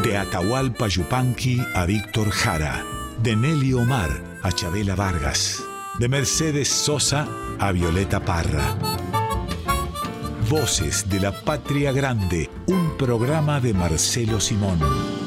De Atahualpa Yupanqui a Víctor Jara, de Nelly Omar a Chabela Vargas, de Mercedes Sosa a Violeta Parra. Voces de la Patria Grande, un programa de Marcelo Simón.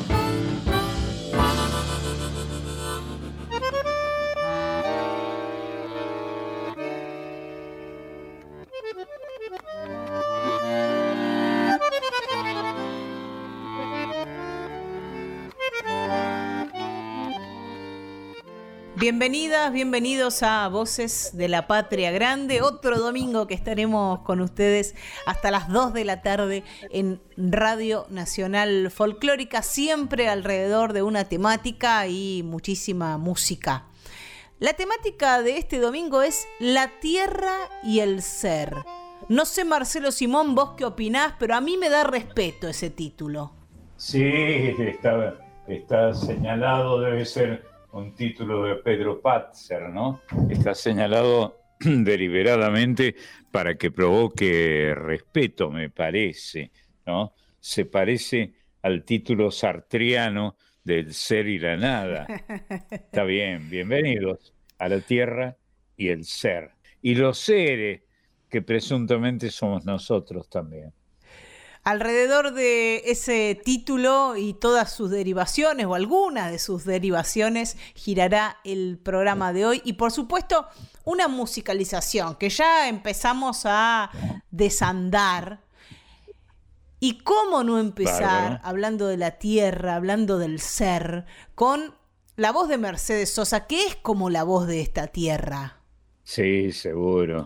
Bienvenidas, bienvenidos a Voces de la Patria Grande, otro domingo que estaremos con ustedes hasta las 2 de la tarde en Radio Nacional Folclórica, siempre alrededor de una temática y muchísima música. La temática de este domingo es la tierra y el ser. No sé, Marcelo Simón, vos qué opinás, pero a mí me da respeto ese título. Sí, está señalado, debe ser un título de Pedro Patzer, ¿no? Está señalado deliberadamente para que provoque respeto, me parece, ¿no? Se parece al título sartreano del ser y la nada. Está bien, bienvenidos a la tierra y el ser. Y los seres, que presuntamente somos nosotros también. Alrededor de ese título y todas sus derivaciones, o algunas de sus derivaciones, girará el programa de hoy. Y por supuesto, una musicalización que ya empezamos a desandar. Y cómo no empezar, hablando de la tierra, hablando del ser, con la voz de Mercedes Sosa, que es como la voz de esta tierra. Sí, seguro,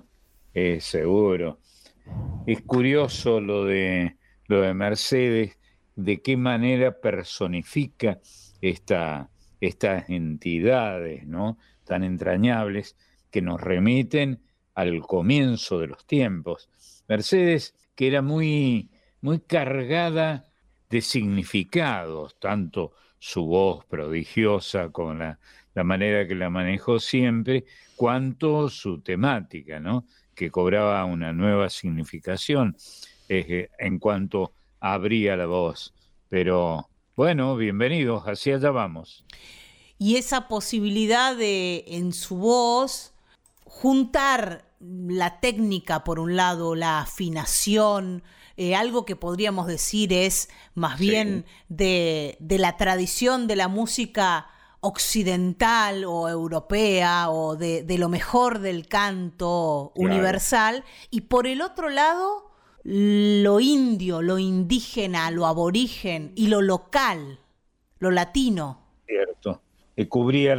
seguro. Es curioso lo de Mercedes, de qué manera personifica estas entidades, ¿no?, tan entrañables que nos remiten al comienzo de los tiempos. Mercedes, que era muy, muy cargada de significados, tanto su voz prodigiosa con la manera que la manejó siempre, cuanto su temática, ¿no?, que cobraba una nueva significación en cuanto abría la voz. Pero bueno, bienvenidos, hacia allá vamos. Y esa posibilidad de, en su voz, juntar la técnica por un lado, la afinación, algo que podríamos decir es más bien de la tradición de la música occidental o europea o de lo mejor del canto universal, y por el otro lado lo indio, lo indígena, lo aborigen y lo local, lo latino. Cierto, cubría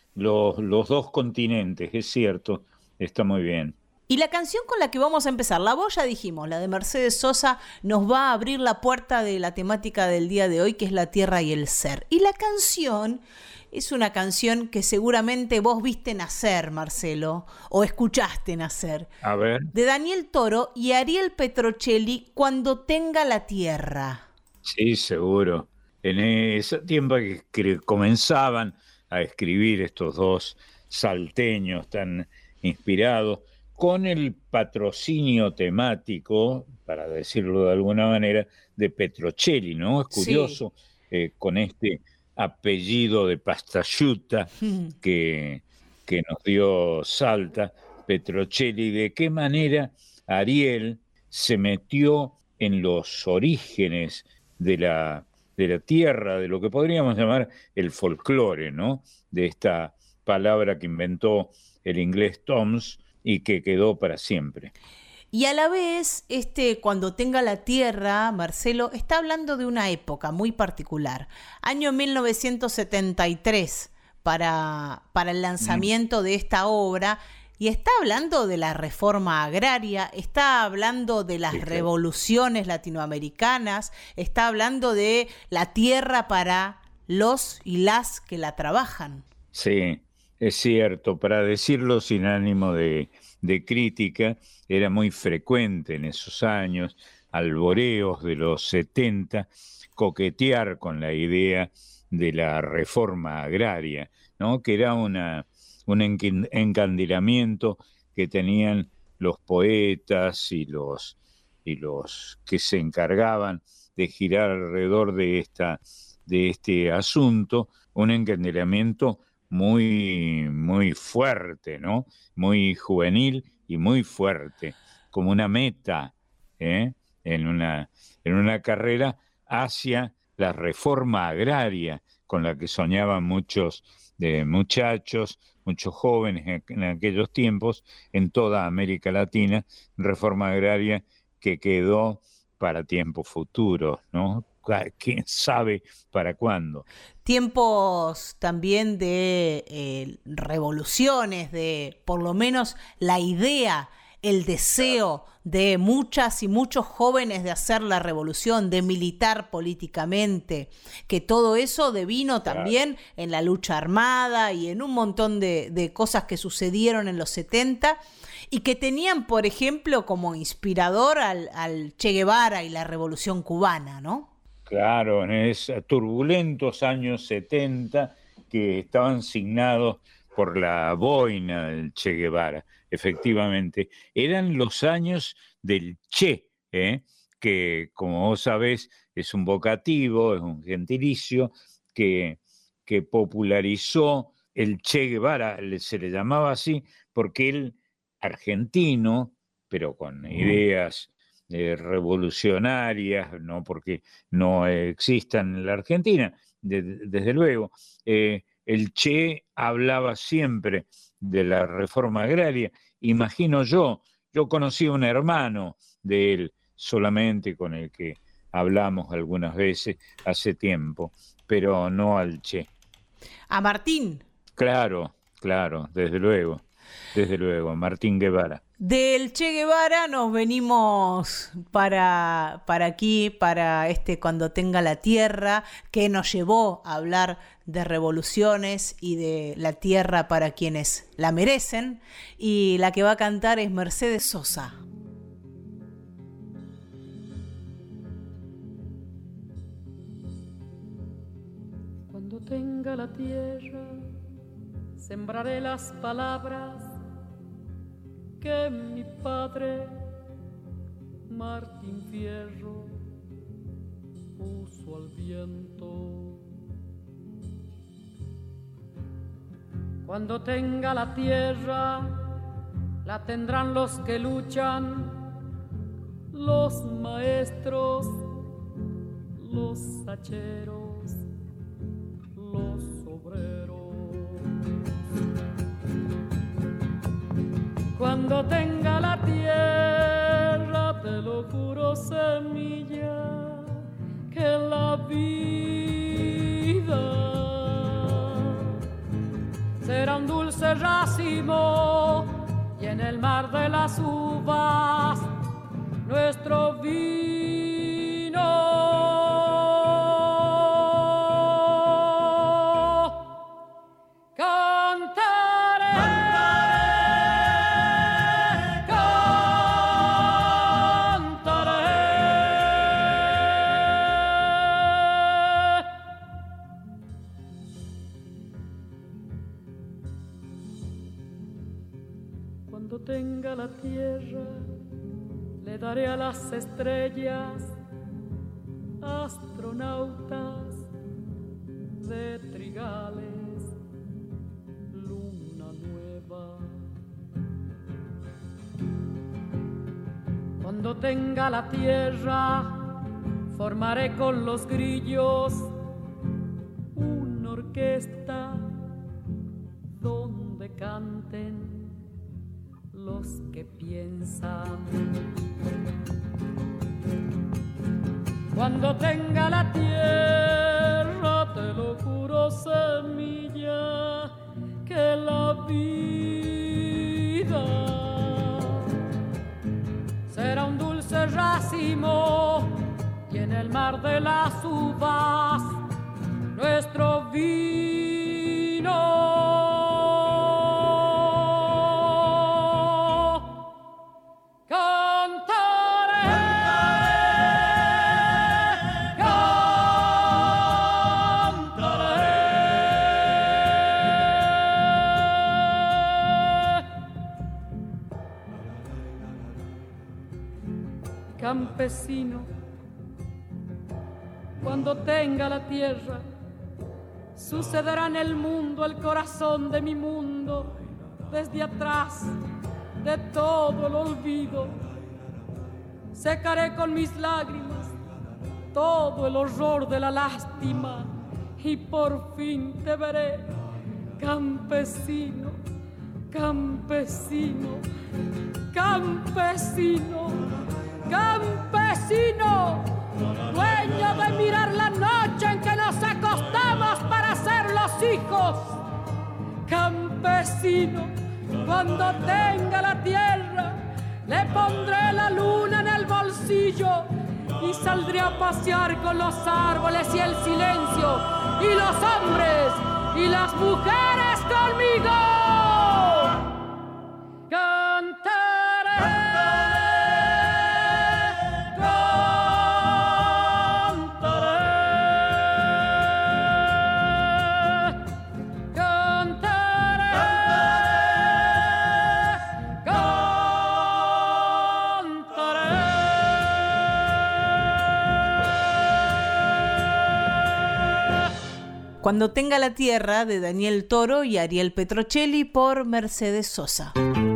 los dos continentes, es cierto, está muy bien. Y la canción con la que vamos a empezar, la voz ya dijimos, la de Mercedes Sosa, nos va a abrir la puerta de la temática del día de hoy, que es la tierra y el ser. Y la canción es una canción que seguramente vos viste nacer, Marcelo, o escuchaste nacer. A ver. De Daniel Toro y Ariel Petrocelli, Cuando tenga la tierra. Sí, seguro. En ese tiempo que comenzaban a escribir estos dos salteños tan inspirados, con el patrocinio temático, para decirlo de alguna manera, de Petrocelli, ¿no? Es curioso, con este apellido de Pastasciutta que nos dio Salta, Petrocelli, de qué manera Ariel se metió en los orígenes de la tierra, de lo que podríamos llamar el folclore, ¿no?, de esta palabra que inventó el inglés Toms y que quedó para siempre. Y a la vez, Cuando tenga la tierra, Marcelo, está hablando de una época muy particular. Año 1973 para el lanzamiento de esta obra, y está hablando de la reforma agraria, está hablando de las revoluciones latinoamericanas, está hablando de la tierra para los y las que la trabajan. Sí, es cierto, para decirlo sin ánimo de crítica, era muy frecuente en esos años, alboreos de los 70, coquetear con la idea de la reforma agraria, ¿no?, que era un encandilamiento que tenían los poetas y los que se encargaban de girar alrededor de de este asunto, un encandelamiento muy, muy fuerte, ¿no? Muy juvenil y muy fuerte, como una meta, ¿eh? en una carrera hacia la reforma agraria con la que soñaban muchos muchachos, muchos jóvenes en aquellos tiempos, en toda América Latina, reforma agraria que quedó para tiempos futuros, ¿no? ¿Quién sabe para cuándo? Tiempos también de revoluciones, de por lo menos la idea, el deseo de muchas y muchos jóvenes de hacer la revolución, de militar políticamente, que todo eso devino también en la lucha armada y en un montón de cosas que sucedieron en los 70 y que tenían, por ejemplo, como inspirador al Che Guevara y la Revolución Cubana, ¿no? Claro, en esos turbulentos años 70 que estaban signados por la boina del Che Guevara, efectivamente. Eran los años del Che, que como vos sabés es un vocativo, es un gentilicio que popularizó el Che Guevara, se le llamaba así porque él, argentino, pero con ideas revolucionarias, no porque no existan en la Argentina, desde luego. El Che hablaba siempre de la reforma agraria. Imagino yo conocí a un hermano de él solamente con el que hablamos algunas veces hace tiempo, pero no al Che. A Martín. Claro, desde luego, Martín Guevara. Del Che Guevara nos venimos para aquí, para Cuando tenga la tierra, que nos llevó a hablar de revoluciones y de la tierra para quienes la merecen. Y la que va a cantar es Mercedes Sosa. Cuando tenga la tierra, sembraré las palabras que mi padre Martín Fierro puso al viento. Cuando tenga la tierra, la tendrán los que luchan, los maestros, los hacheros, los obreros. Cuando tenga la tierra, te lo juro, semilla, que la vida será un dulce racimo y en el mar de las uvas nuestro vino. Tenga la tierra, le daré a las estrellas astronautas de trigales, luna nueva. Cuando tenga la tierra, formaré con los grillos una orquesta donde canten los que piensan. Cuando tenga la tierra, te lo juro, semilla, que la vida será un dulce racimo y en el mar de las uvas nuestro vino. Campesino, Cuando tenga la tierra, sucederá en el mundo, el corazón de mi mundo, desde atrás de todo el olvido. Secaré con mis lágrimas todo el horror de la lástima y por fin te veré, campesino, campesino, campesino, campesino, dueño de mirar la noche en que nos acostamos para ser los hijos. Campesino, cuando tenga la tierra, le pondré la luna en el bolsillo y saldré a pasear con los árboles y el silencio, y los hombres y las mujeres conmigo. Cantaré. Cuando tenga la tierra, de Daniel Toro y Ariel Petrocelli, por Mercedes Sosa.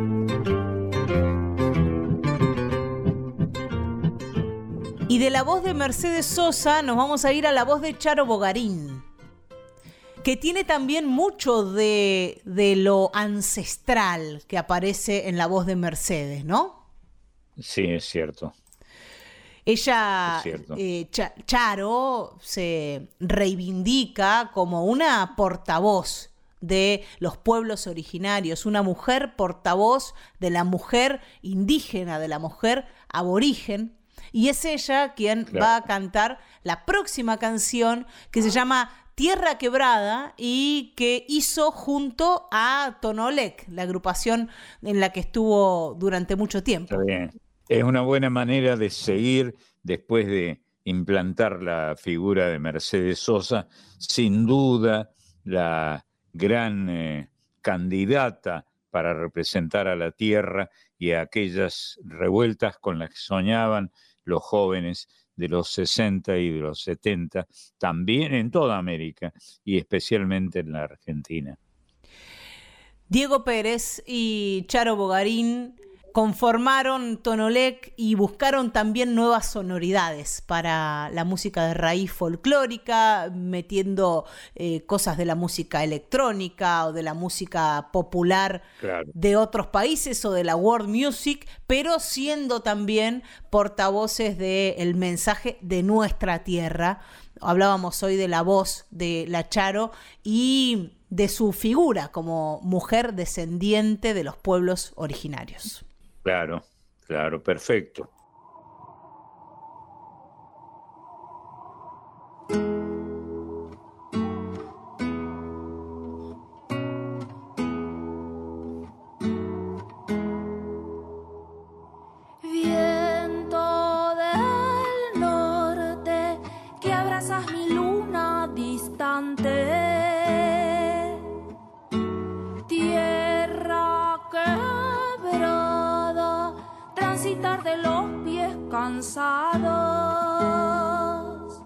Y de la voz de Mercedes Sosa nos vamos a ir a la voz de Charo Bogarín, que tiene también mucho de lo ancestral que aparece en la voz de Mercedes, ¿no? Sí, es cierto. Ella, Charo, se reivindica como una portavoz de los pueblos originarios, una mujer portavoz de la mujer indígena, de la mujer aborigen, y es ella quien va a cantar la próxima canción, que se llama Tierra Quebrada, y que hizo junto a Tonolec, la agrupación en la que estuvo durante mucho tiempo. Está bien. Es una buena manera de seguir después de implantar la figura de Mercedes Sosa, sin duda la gran candidata para representar a la tierra y a aquellas revueltas con las que soñaban los jóvenes de los 60 y de los 70, también en toda América y especialmente en la Argentina. Diego Pérez y Charo Bogarín conformaron Tonolec y buscaron también nuevas sonoridades para la música de raíz folclórica, metiendo cosas de la música electrónica o de la música popular de otros países o de la world music, pero siendo también portavoces del mensaje de nuestra tierra. Hablábamos hoy de la voz de la Charo y de su figura como mujer descendiente de los pueblos originarios. Claro, claro, perfecto. Viento del norte que abrazas mi luna distante. Tierra quebrada, transitar de los pies cansados.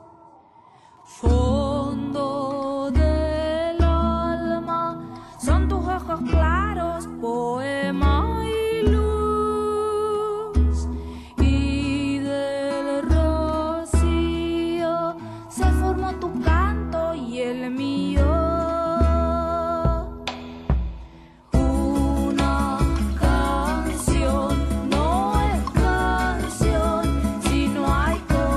Fondo del alma, son tus ojos claros, poema y luz. Y del rocío se formó tu canto y el mío. Una canción no es canción si no hay corazón.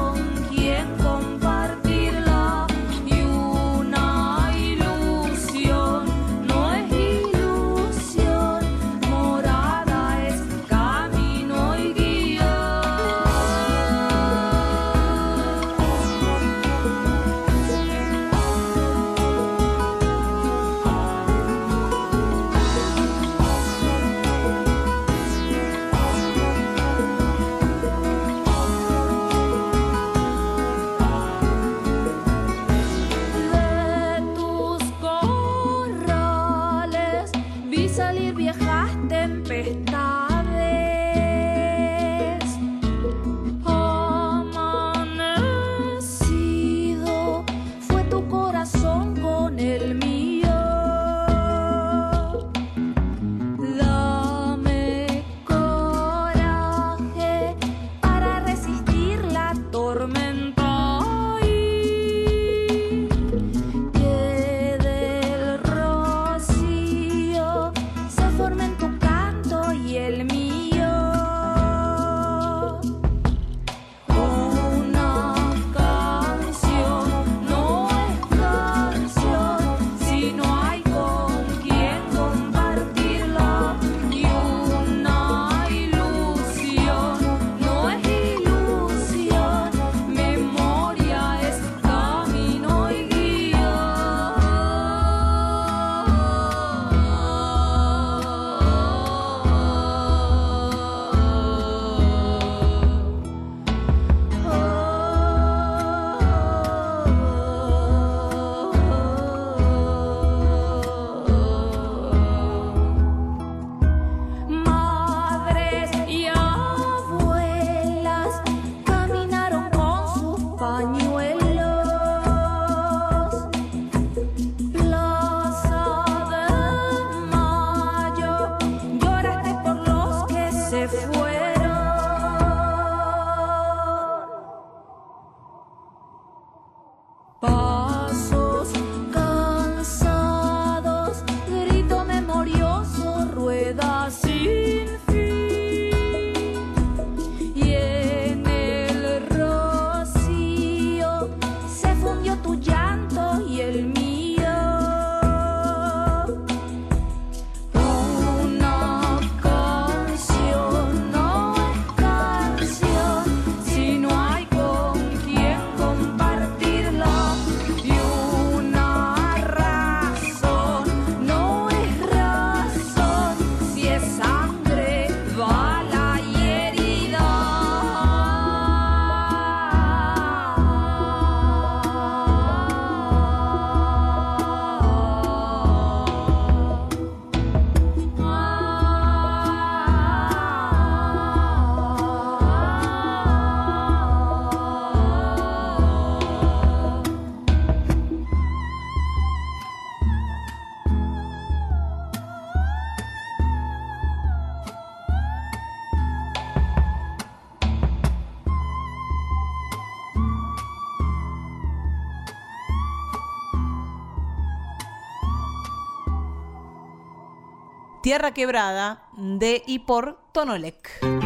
Tierra Quebrada de y por Tonolec.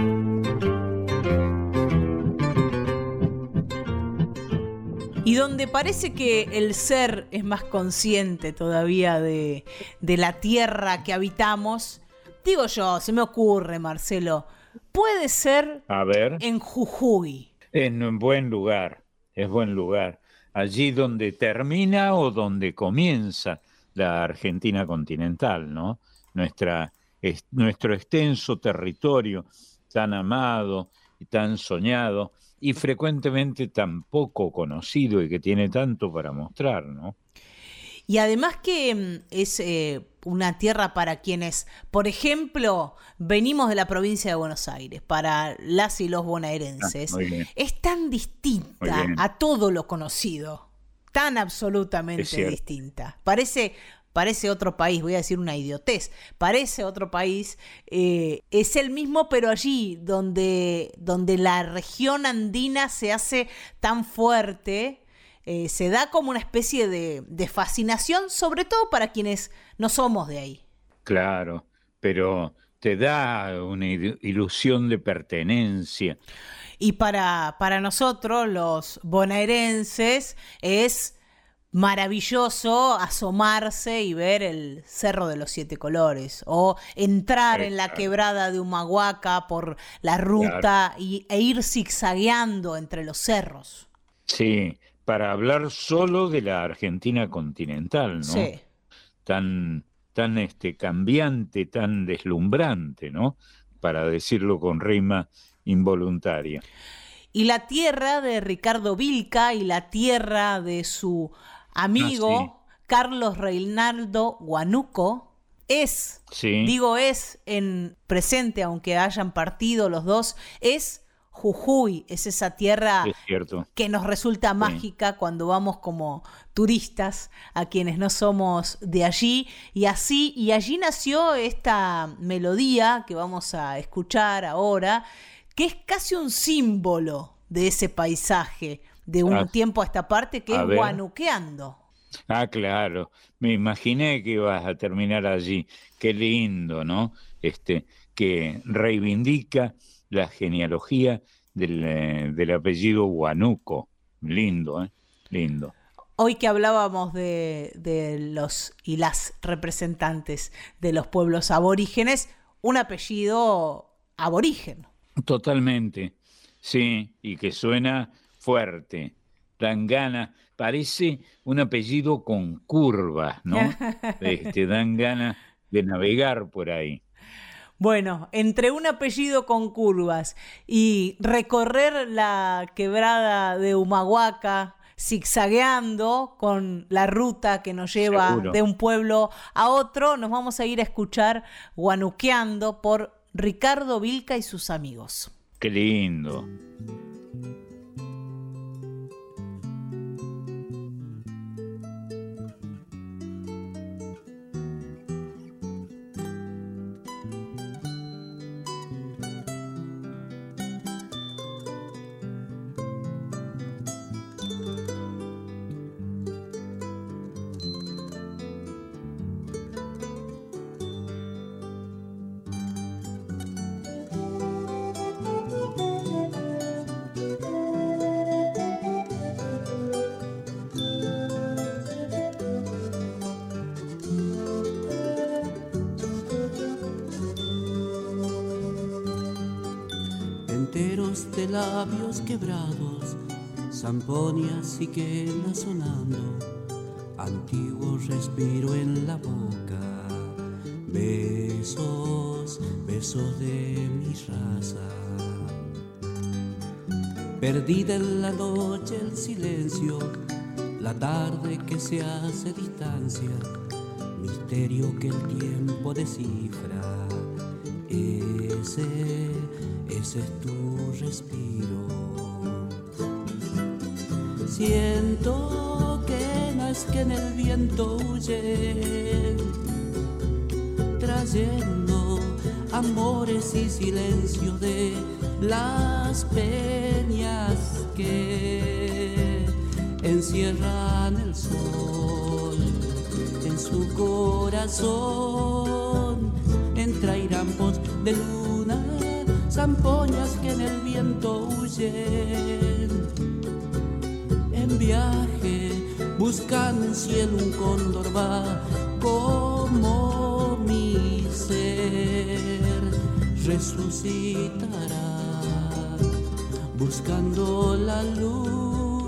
Y donde parece que el ser es más consciente todavía de la tierra que habitamos, digo yo, se me ocurre, Marcelo, puede ser A ver, en Jujuy. es un buen lugar, es buen lugar. Allí donde termina o donde comienza la Argentina continental, ¿no? Nuestro extenso territorio tan amado y tan soñado y frecuentemente tan poco conocido y que tiene tanto para mostrar, ¿no? Y además que es una tierra para quienes, por ejemplo, venimos de la provincia de Buenos Aires, para las y los bonaerenses, muy bien. es tan distinta Muy bien. a todo lo conocido, tan absolutamente distinta. Parece otro país, voy a decir una idiotez, parece otro país, es el mismo, pero allí donde la región andina se hace tan fuerte, se da como una especie de fascinación, sobre todo para quienes no somos de ahí. Claro, pero te da una ilusión de pertenencia. Y para nosotros, los bonaerenses, es maravilloso asomarse y ver el Cerro de los Siete Colores o entrar en la quebrada de Humahuaca por la ruta e ir zigzagueando entre los cerros. Sí, para hablar solo de la Argentina continental, ¿no? Sí. Tan cambiante, tan deslumbrante, ¿no? Para decirlo con rima involuntaria. Y la tierra de Ricardo Vilca y la tierra de su amigo Carlos Reinaldo Huánuco es en presente, aunque hayan partido los dos, es Jujuy, es esa tierra que nos resulta mágica cuando vamos como turistas a quienes no somos de allí, y allí nació esta melodía que vamos a escuchar ahora, que es casi un símbolo de ese paisaje de un tiempo a esta parte, que es Guanuqueando. Ah, claro, me imaginé que ibas a terminar allí. Qué lindo, ¿no? Que reivindica la genealogía del apellido Huánuco. Lindo, ¿eh? Lindo. Hoy que hablábamos de los y las representantes de los pueblos aborígenes, un apellido aborigen. Totalmente, sí, y que suena fuerte, dan ganas, parece un apellido con curvas, ¿no? Dan ganas de navegar por ahí. Bueno, entre un apellido con curvas y recorrer la quebrada de Humahuaca, zigzagueando con la ruta que nos lleva de un pueblo a otro, nos vamos a ir a escuchar Guanuqueando por Ricardo Vilca y sus amigos. ¡Qué lindo! De labios quebrados, zamponias y quena sonando, antiguo respiro en la boca, besos, besos de mi raza. Perdida en la noche el silencio, la tarde que se hace distancia, misterio que el tiempo descifra, ese es tu respiro. Siento que no es que en el viento huye, trayendo amores y silencio de las peñas que encierran el sol en su corazón. trairampos de luna, zampoñas que en el viento huyen. En viaje, buscando un cielo, un cóndor va como mi ser resucitará, buscando la luz.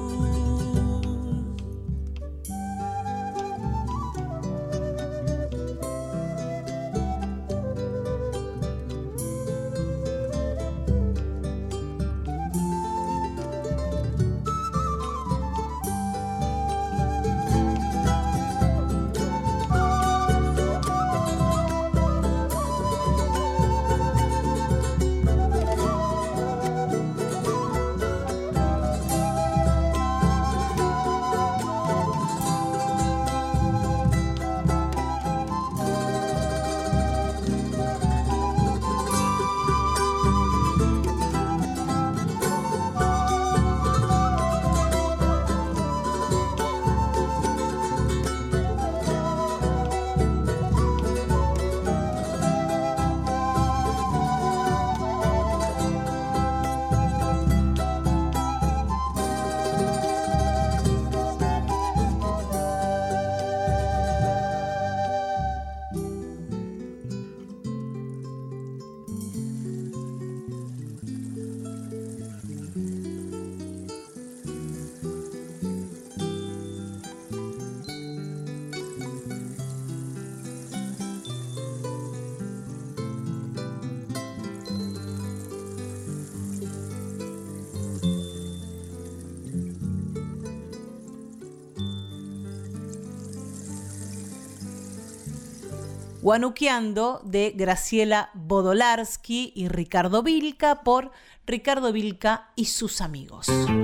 Guanuqueando de Graciela Bodolarski y Ricardo Vilca por Ricardo Vilca y sus amigos.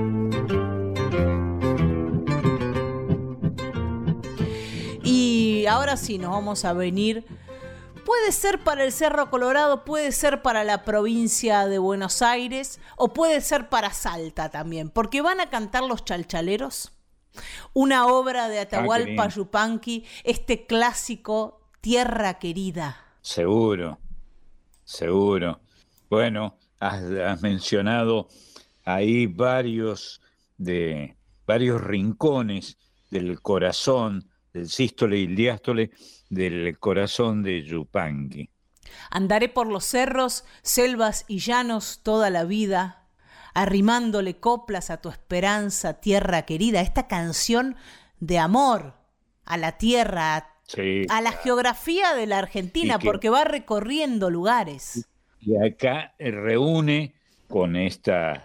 Y ahora sí nos vamos a venir. Puede ser para el Cerro Colorado, puede ser para la provincia de Buenos Aires o puede ser para Salta también, porque van a cantar Los Chalchaleros, una obra de Atahualpa Yupanqui, este clásico Tierra Querida. Seguro, seguro. Bueno, has mencionado ahí varios rincones del corazón, del sístole y el diástole, del corazón de Yupanqui. Andaré por los cerros, selvas y llanos toda la vida, arrimándole coplas a tu esperanza, tierra querida. Esta canción de amor a la tierra, sí, a la geografía de la Argentina, porque va recorriendo lugares. Y acá reúne con este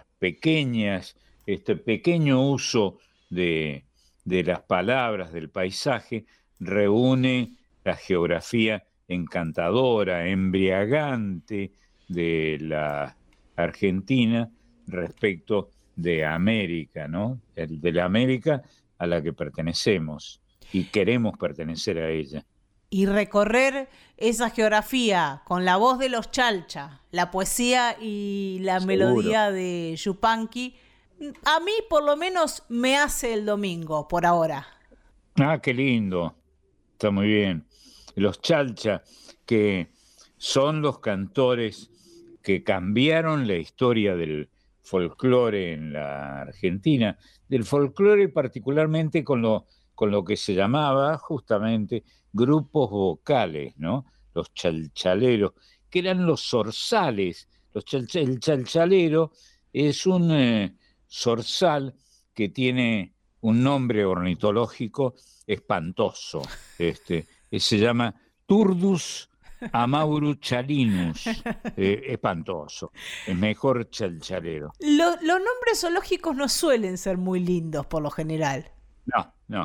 pequeño uso de las palabras, del paisaje, reúne la geografía encantadora, embriagante de la Argentina respecto de América, ¿no? De la América a la que pertenecemos y queremos pertenecer a ella. Y recorrer esa geografía con la voz de los Chalcha, la poesía y la melodía de Yupanqui, a mí por lo menos me hace el domingo, por ahora. Ah, qué lindo. Está muy bien. Los Chalcha, que son los cantores que cambiaron la historia del folclore en la Argentina, del folclore particularmente con lo que se llamaba justamente grupos vocales, ¿no? Los chalchaleros, que eran los zorzales. El chalchalero es un zorzal que tiene un nombre ornitológico espantoso. Se llama Turdus amauruchalinus. Espantoso. Es mejor chalchalero. Los nombres zoológicos no suelen ser muy lindos por lo general. No.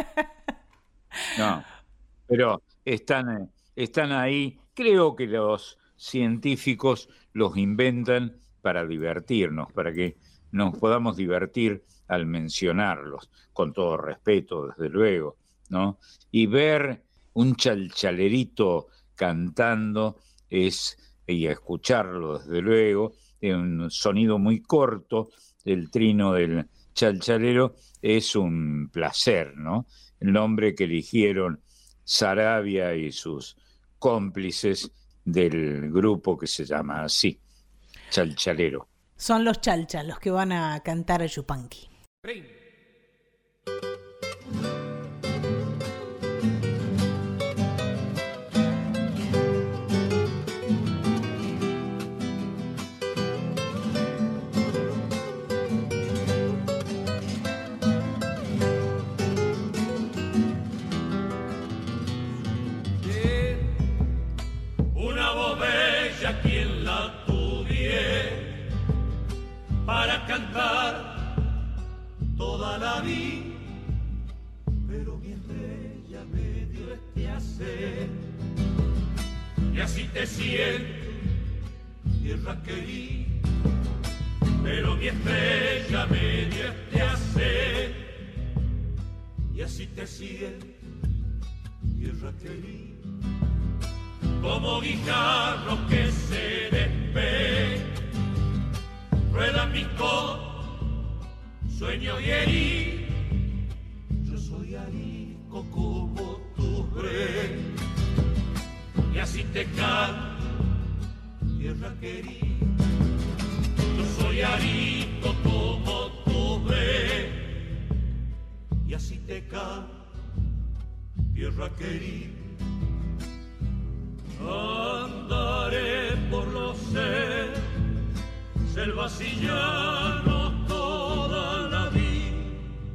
Pero están ahí. Creo que los científicos los inventan para divertirnos, para que nos podamos divertir al mencionarlos, con todo respeto, desde luego, ¿no? Y ver un chalchalerito cantando y escucharlo, desde luego, un sonido muy corto, el trino del chalchalero, es un placer, ¿no? El nombre que eligieron Saravia y sus cómplices del grupo que se llama así, Chalchalero. Son los chalchas los que van a cantar a Yupanqui. Quien la tuviera para cantar toda la vida, pero mi estrella me dio este hacer, y así te siento, tierra querida, pero mi estrella me dio este hacer, y así te siento, tierra querida. Como guijarro que se despega, ruedan mis codos, sueño y herir. Yo soy arisco como tu rey, y así te canto, tierra querida. Yo soy arisco como tu rey, y así te canto, tierra querida. Andaré por los selvas y llanos toda la vida,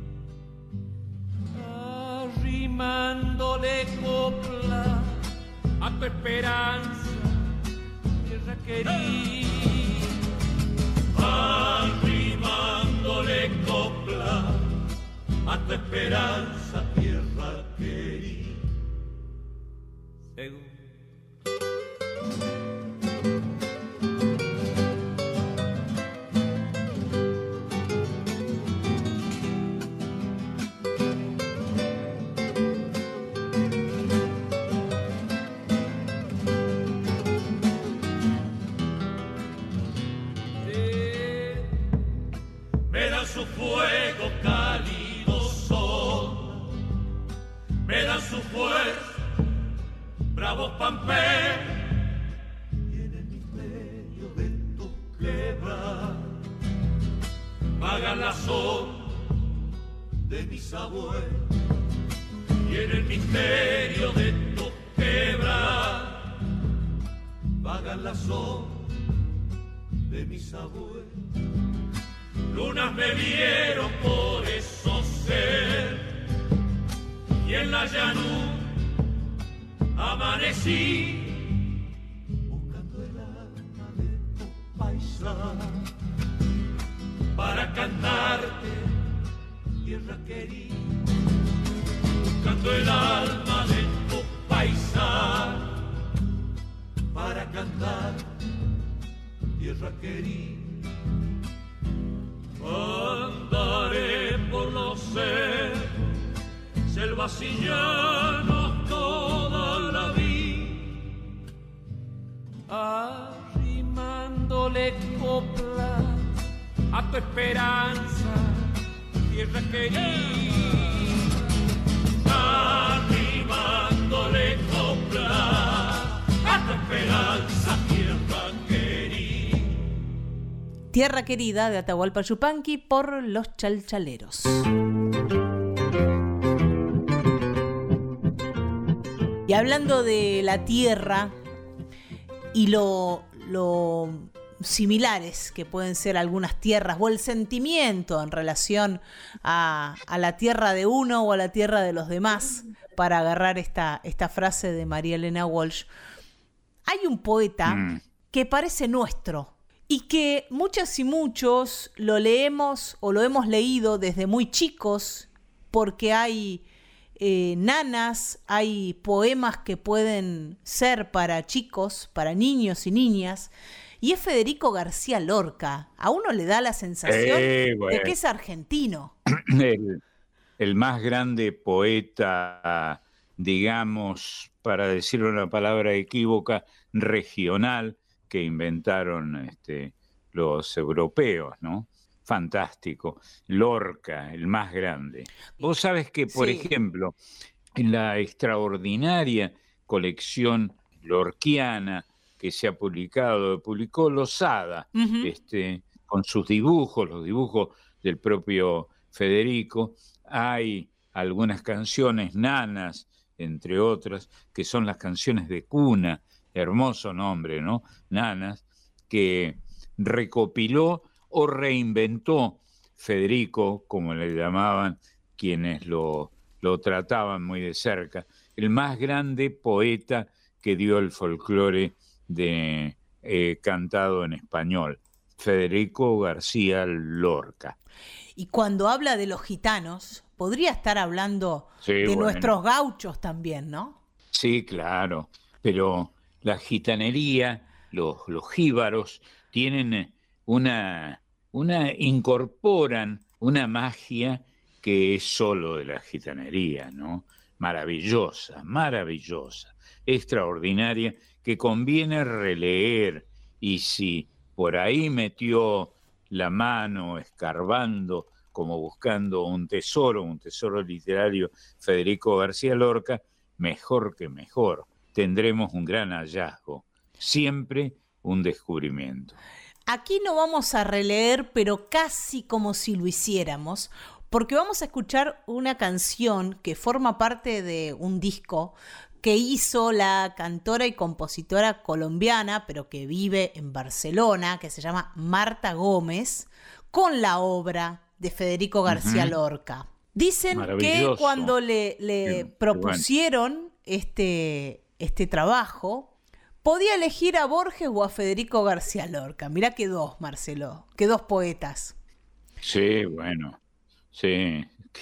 arrimándole copla a tu esperanza, tierra querida. Arrimándole copla a tu esperanza, tierra querida. Según su fuego cálido sol, me dan su fuerza, bravos pamperos, y en el misterio de tu quebra vagan las sombras de mis abuelos, y en el misterio de tu quebra vagan las sombras de mis abuelos. Lunas me vieron por esos ser, y en la llanura amanecí, buscando el alma de tu paisano, para cantarte, tierra querida. Buscando el alma de tu paisano, para cantarte, tierra querida. Andaré por los selvas y llanos toda la vida, arrimándole copla a tu esperanza, tierra querida. Arrimándole copla a tu esperanza, tierra querida. Tierra querida de Atahualpa Yupanqui por los Chalchaleros. Y hablando de la tierra y lo similares que pueden ser algunas tierras o el sentimiento en relación a la tierra de uno o a la tierra de los demás, para agarrar esta frase de María Elena Walsh, hay un poeta que parece nuestro, y que muchas y muchos lo leemos o lo hemos leído desde muy chicos, porque hay nanas, hay poemas que pueden ser para chicos, para niños y niñas, y es Federico García Lorca. A uno le da la sensación de que es argentino. El más grande poeta, digamos, para decirlo una palabra equívoca, regional, que inventaron los europeos, ¿no? Fantástico. Lorca, el más grande. Vos sabés que, por ejemplo, en la extraordinaria colección lorquiana que se ha publicado, publicó Losada, Ujú. con sus dibujos, los dibujos del propio Federico. Hay algunas canciones, Nanas, entre otras, que son las canciones de cuna, hermoso nombre, ¿no? Nanas, que recopiló o reinventó Federico, como le llamaban quienes lo trataban muy de cerca, el más grande poeta que dio el folclore cantado en español, Federico García Lorca. Y cuando habla de los gitanos, podría estar hablando Sí, de bueno. nuestros gauchos también, ¿no? Sí, claro, pero la gitanería, los jíbaros, tienen incorporan una magia que es solo de la gitanería, ¿no? Maravillosa, maravillosa, extraordinaria, que conviene releer, y si por ahí metió la mano escarbando, como buscando un tesoro literario, Federico García Lorca, mejor que mejor, tendremos un gran hallazgo, siempre un descubrimiento. Aquí no vamos a releer, pero casi como si lo hiciéramos, porque vamos a escuchar una canción que forma parte de un disco que hizo la cantora y compositora colombiana, pero que vive en Barcelona, que se llama Marta Gómez, con la obra de Federico García Lorca. Dicen que cuando le propusieron este trabajo, podía elegir a Borges o a Federico García Lorca. Mirá que dos, Marcelo, que dos poetas. Sí, bueno, sí,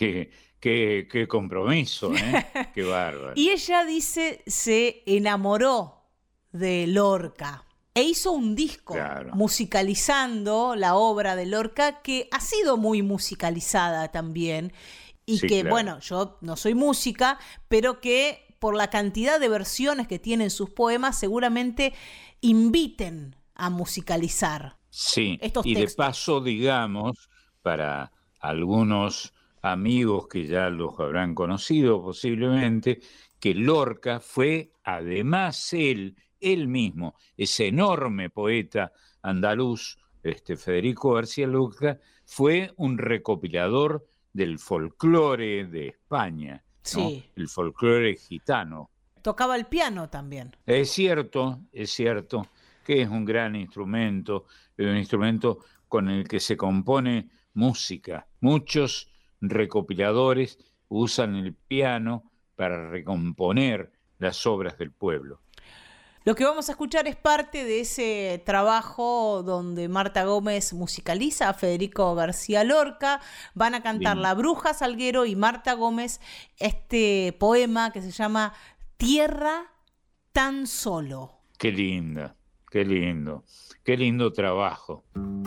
qué compromiso, ¿eh? Qué bárbaro. Y ella dice, se enamoró de Lorca e hizo un disco musicalizando la obra de Lorca, que ha sido muy musicalizada también, y sí, que, claro, bueno, yo no soy música, pero que por la cantidad de versiones que tienen sus poemas, seguramente inviten a musicalizar. Sí, estos y textos. De paso, digamos, para algunos amigos que ya los habrán conocido posiblemente, que Lorca fue, además él mismo, ese enorme poeta andaluz, Federico García Lorca, fue un recopilador del folclore de España, ¿no? Sí. El folclore gitano. Tocaba el piano también. Es cierto que es un gran instrumento, un instrumento con el que se compone música. Muchos recopiladores usan el piano para recomponer las obras del pueblo. Lo que vamos a escuchar es parte de ese trabajo donde Marta Gómez musicaliza a Federico García Lorca. Van a cantar La Bruja Salguero y Marta Gómez este poema que se llama Tierra tan solo. Qué linda, qué lindo trabajo.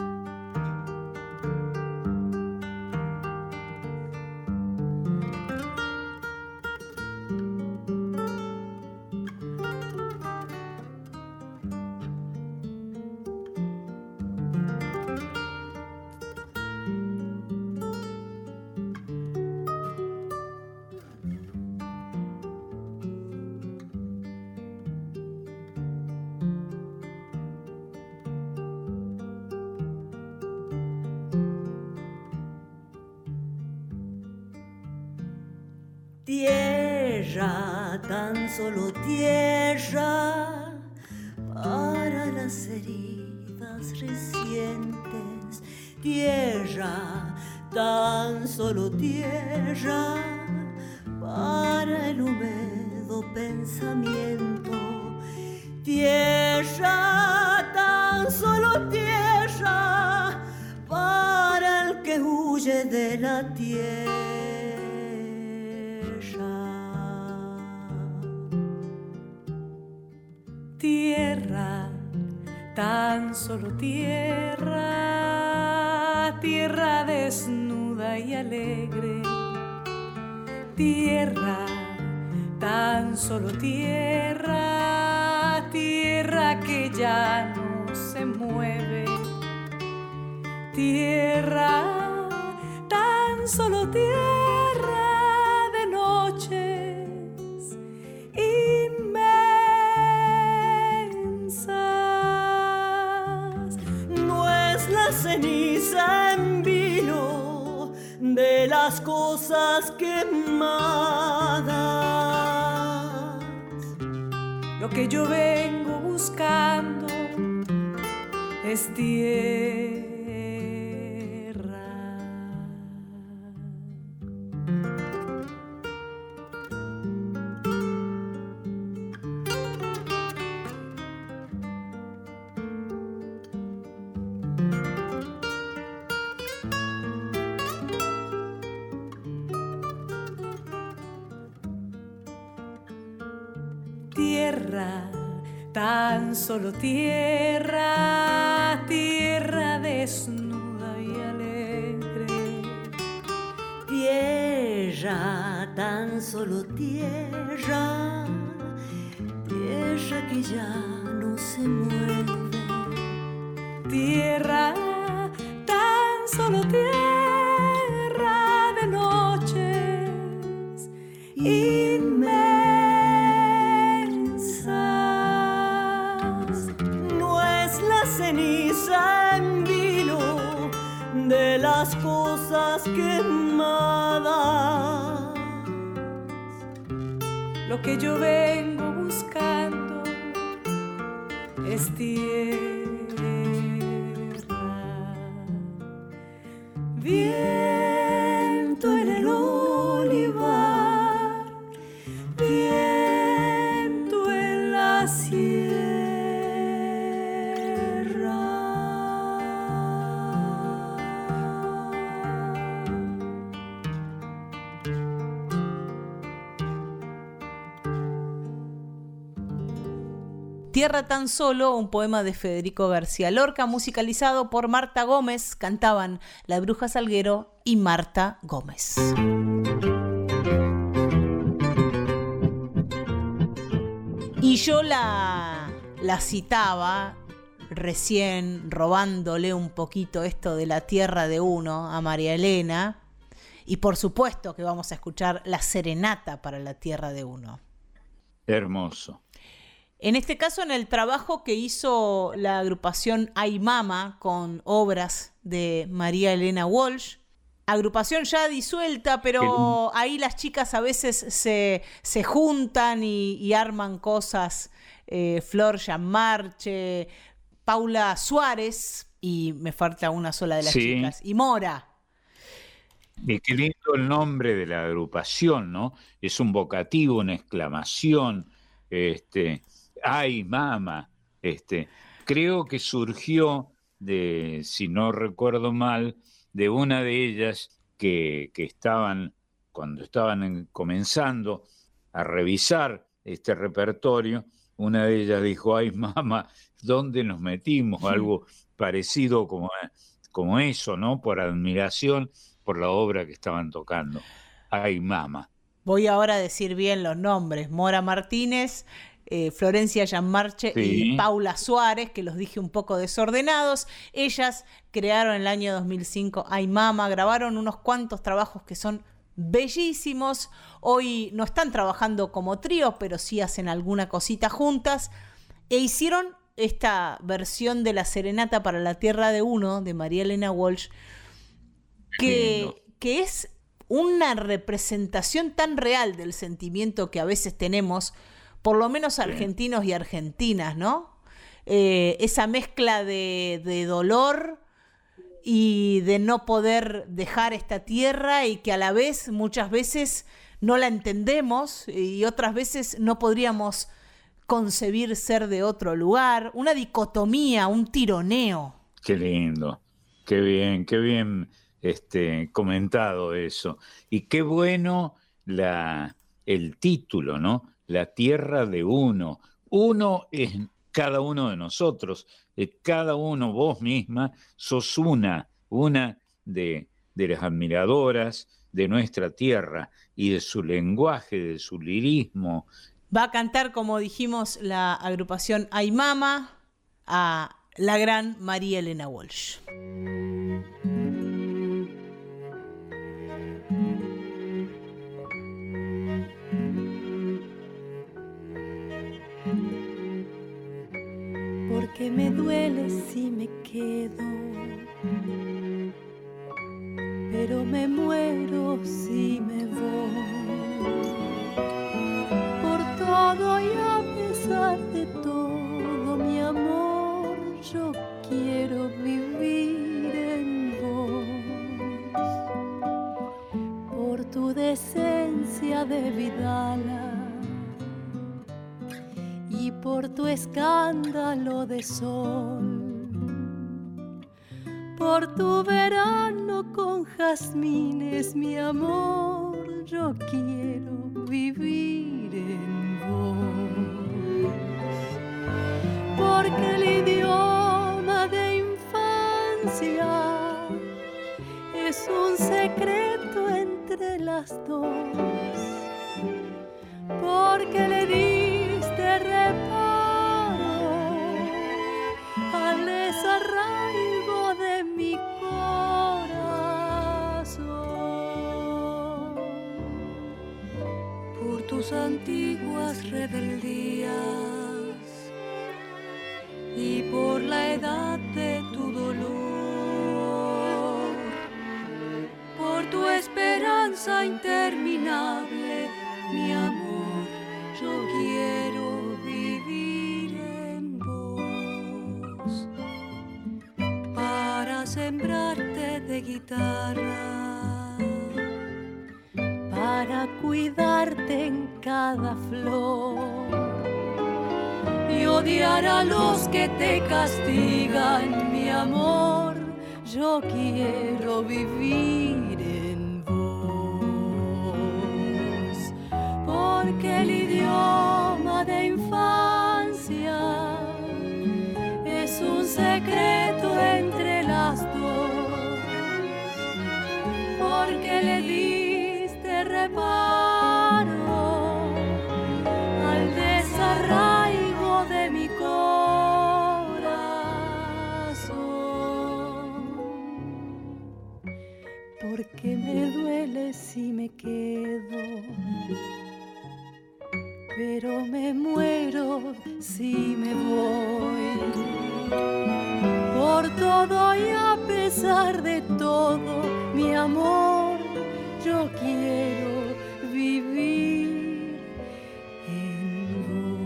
Tierra, tan solo tierra, para las heridas recientes. Tierra, tan solo tierra, para el húmedo pensamiento. Tierra, tan solo tierra, para el que huye de la tierra. Tierra, tan solo tierra, tierra desnuda y alegre. Tierra, tan solo tierra, tierra que ya no se mueve. Tierra, tan solo tierra de noches inmensas. las cosas quemadas. Lo que yo vengo buscando es tierra. Tierra, tan solo tierra, tierra desnuda y alegre. Tierra, tan solo tierra, tierra que ya no se mueve. Tierra, tan solo tierra de noches inmensas. No es la ceniza en vino de las cosas quemadas. Lo que yo vengo buscando es tierra. Viento en el olivar, viento en la sierra. Tierra tan solo, un poema de Federico García Lorca, musicalizado por Marta Gómez. Cantaban La Bruja Salguero y Marta Gómez. Y yo la citaba recién, robándole un poquito esto de la tierra de uno a María Elena. Y por supuesto que vamos a escuchar la serenata para la tierra de uno. Hermoso. En este caso, en el trabajo que hizo la agrupación Ay Mama con obras de María Elena Walsh, agrupación ya disuelta, pero ahí las chicas a veces se juntan y arman cosas. Flor Gianmarche, Paula Suárez, y me falta una sola de las chicas, y Mora. Y qué lindo el nombre de la agrupación, ¿no? Es un vocativo, una exclamación. Ay, mama. Creo que surgió de, si no recuerdo mal, de una de ellas que estaban, cuando estaban comenzando a revisar este repertorio, una de ellas dijo, ay, mama, ¿dónde nos metimos? Algo parecido como eso, ¿no? Por admiración por la obra que estaban tocando. Ay, mama. Voy ahora a decir bien los nombres. Mora Martínez, Florencia Gianmarche y Paula Suárez, que los dije un poco desordenados. Ellas crearon en el año 2005 Ay Mama, grabaron unos cuantos trabajos que son bellísimos. Hoy no están trabajando como trío, pero sí hacen alguna cosita juntas. E hicieron esta versión de la serenata para la tierra de uno, de María Elena Walsh, que es una representación tan real del sentimiento que a veces tenemos, por lo menos argentinos y argentinas, ¿no? Esa mezcla de dolor y de no poder dejar esta tierra, y que a la vez muchas veces no la entendemos y otras veces no podríamos concebir ser de otro lugar. Una dicotomía, un tironeo. Qué lindo, qué bien comentado eso. Y qué bueno el título, ¿no? La tierra de uno. Uno es cada uno de nosotros. Cada uno, vos misma, sos una de las admiradoras de nuestra tierra y de su lenguaje, de su lirismo. Va a cantar, como dijimos, la agrupación Ay Mama a la gran María Elena Walsh. Porque me duele si me quedo pero me muero si me voy. Por todo y a pesar de todo, mi amor, yo quiero vivir en vos. Por tu decencia de vidala y por tu escándalo de sol, por tu verano con jazmines, mi amor, yo quiero vivir en vos. Porque el idioma de infancia es un secreto entre las dos. Porque le diste reparo al desarraigo de mi corazón. Por tus antiguas rebeldías y por la edad de tu dolor, por tu esperanza interminable, mi amor, yo quiero vivir en vos. Para sembrarte de guitarra, para cuidarte en cada flor y odiar a los que te castigan, mi amor, yo quiero vivir en vos. Porque el idioma de infancia es un secreto entre las dos. Porque le diste reparo al desarraigo de mi corazón. Porque me duele si me quedo, pero me muero si me voy. Por todo y a pesar de todo, mi amor, yo quiero vivir en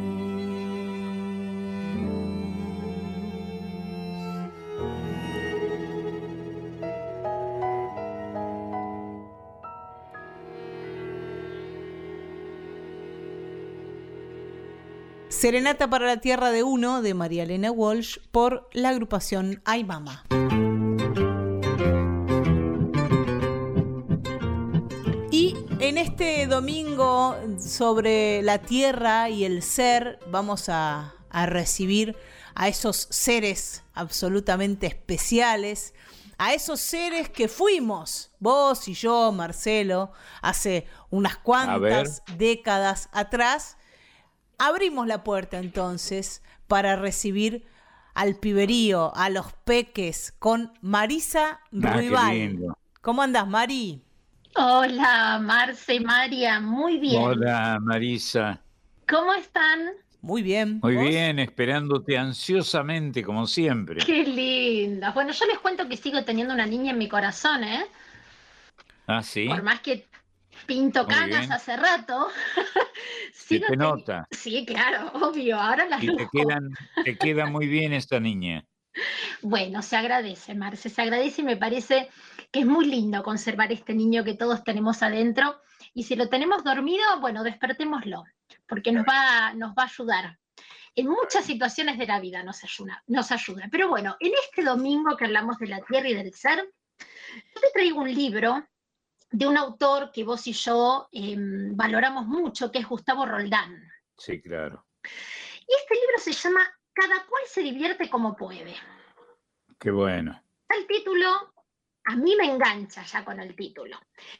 Serenata para la Tierra de Uno, de María Elena Walsh, por la agrupación Ay Mama. Y en este domingo sobre la tierra y el ser vamos a recibir a esos seres absolutamente especiales, a esos seres que fuimos, vos y yo, Marcelo, hace unas cuantas décadas atrás. Abrimos la puerta entonces para recibir al piberío, a los peques, con Marisa Ruibal. ¿Cómo andás, Mari? Hola, Marce, María, muy bien. Hola, Marisa. ¿Cómo están? Muy bien. Muy ¿vos? bien, esperándote ansiosamente, como siempre. Qué linda. Bueno, yo les cuento que sigo teniendo una niña en mi corazón, ¿eh? Ah, ¿sí? Por más que pinto Muy canas bien. hace rato. Se te nota. Sí, claro, obvio. Ahora las Y te queda muy bien esta niña. Bueno, se agradece, Marce, se agradece y me parece que es muy lindo conservar este niño que todos tenemos adentro. Y si lo tenemos dormido, bueno, despertémoslo, porque nos va a ayudar. En muchas situaciones de la vida nos ayuda. Pero bueno, en este domingo que hablamos de la tierra y del ser, yo te traigo un libro de un autor que vos y yo valoramos mucho, que es Gustavo Roldán. Sí, claro. Y este libro se llama Cada cual se divierte como puede. Qué bueno. El título, a mí me engancha ya con el título.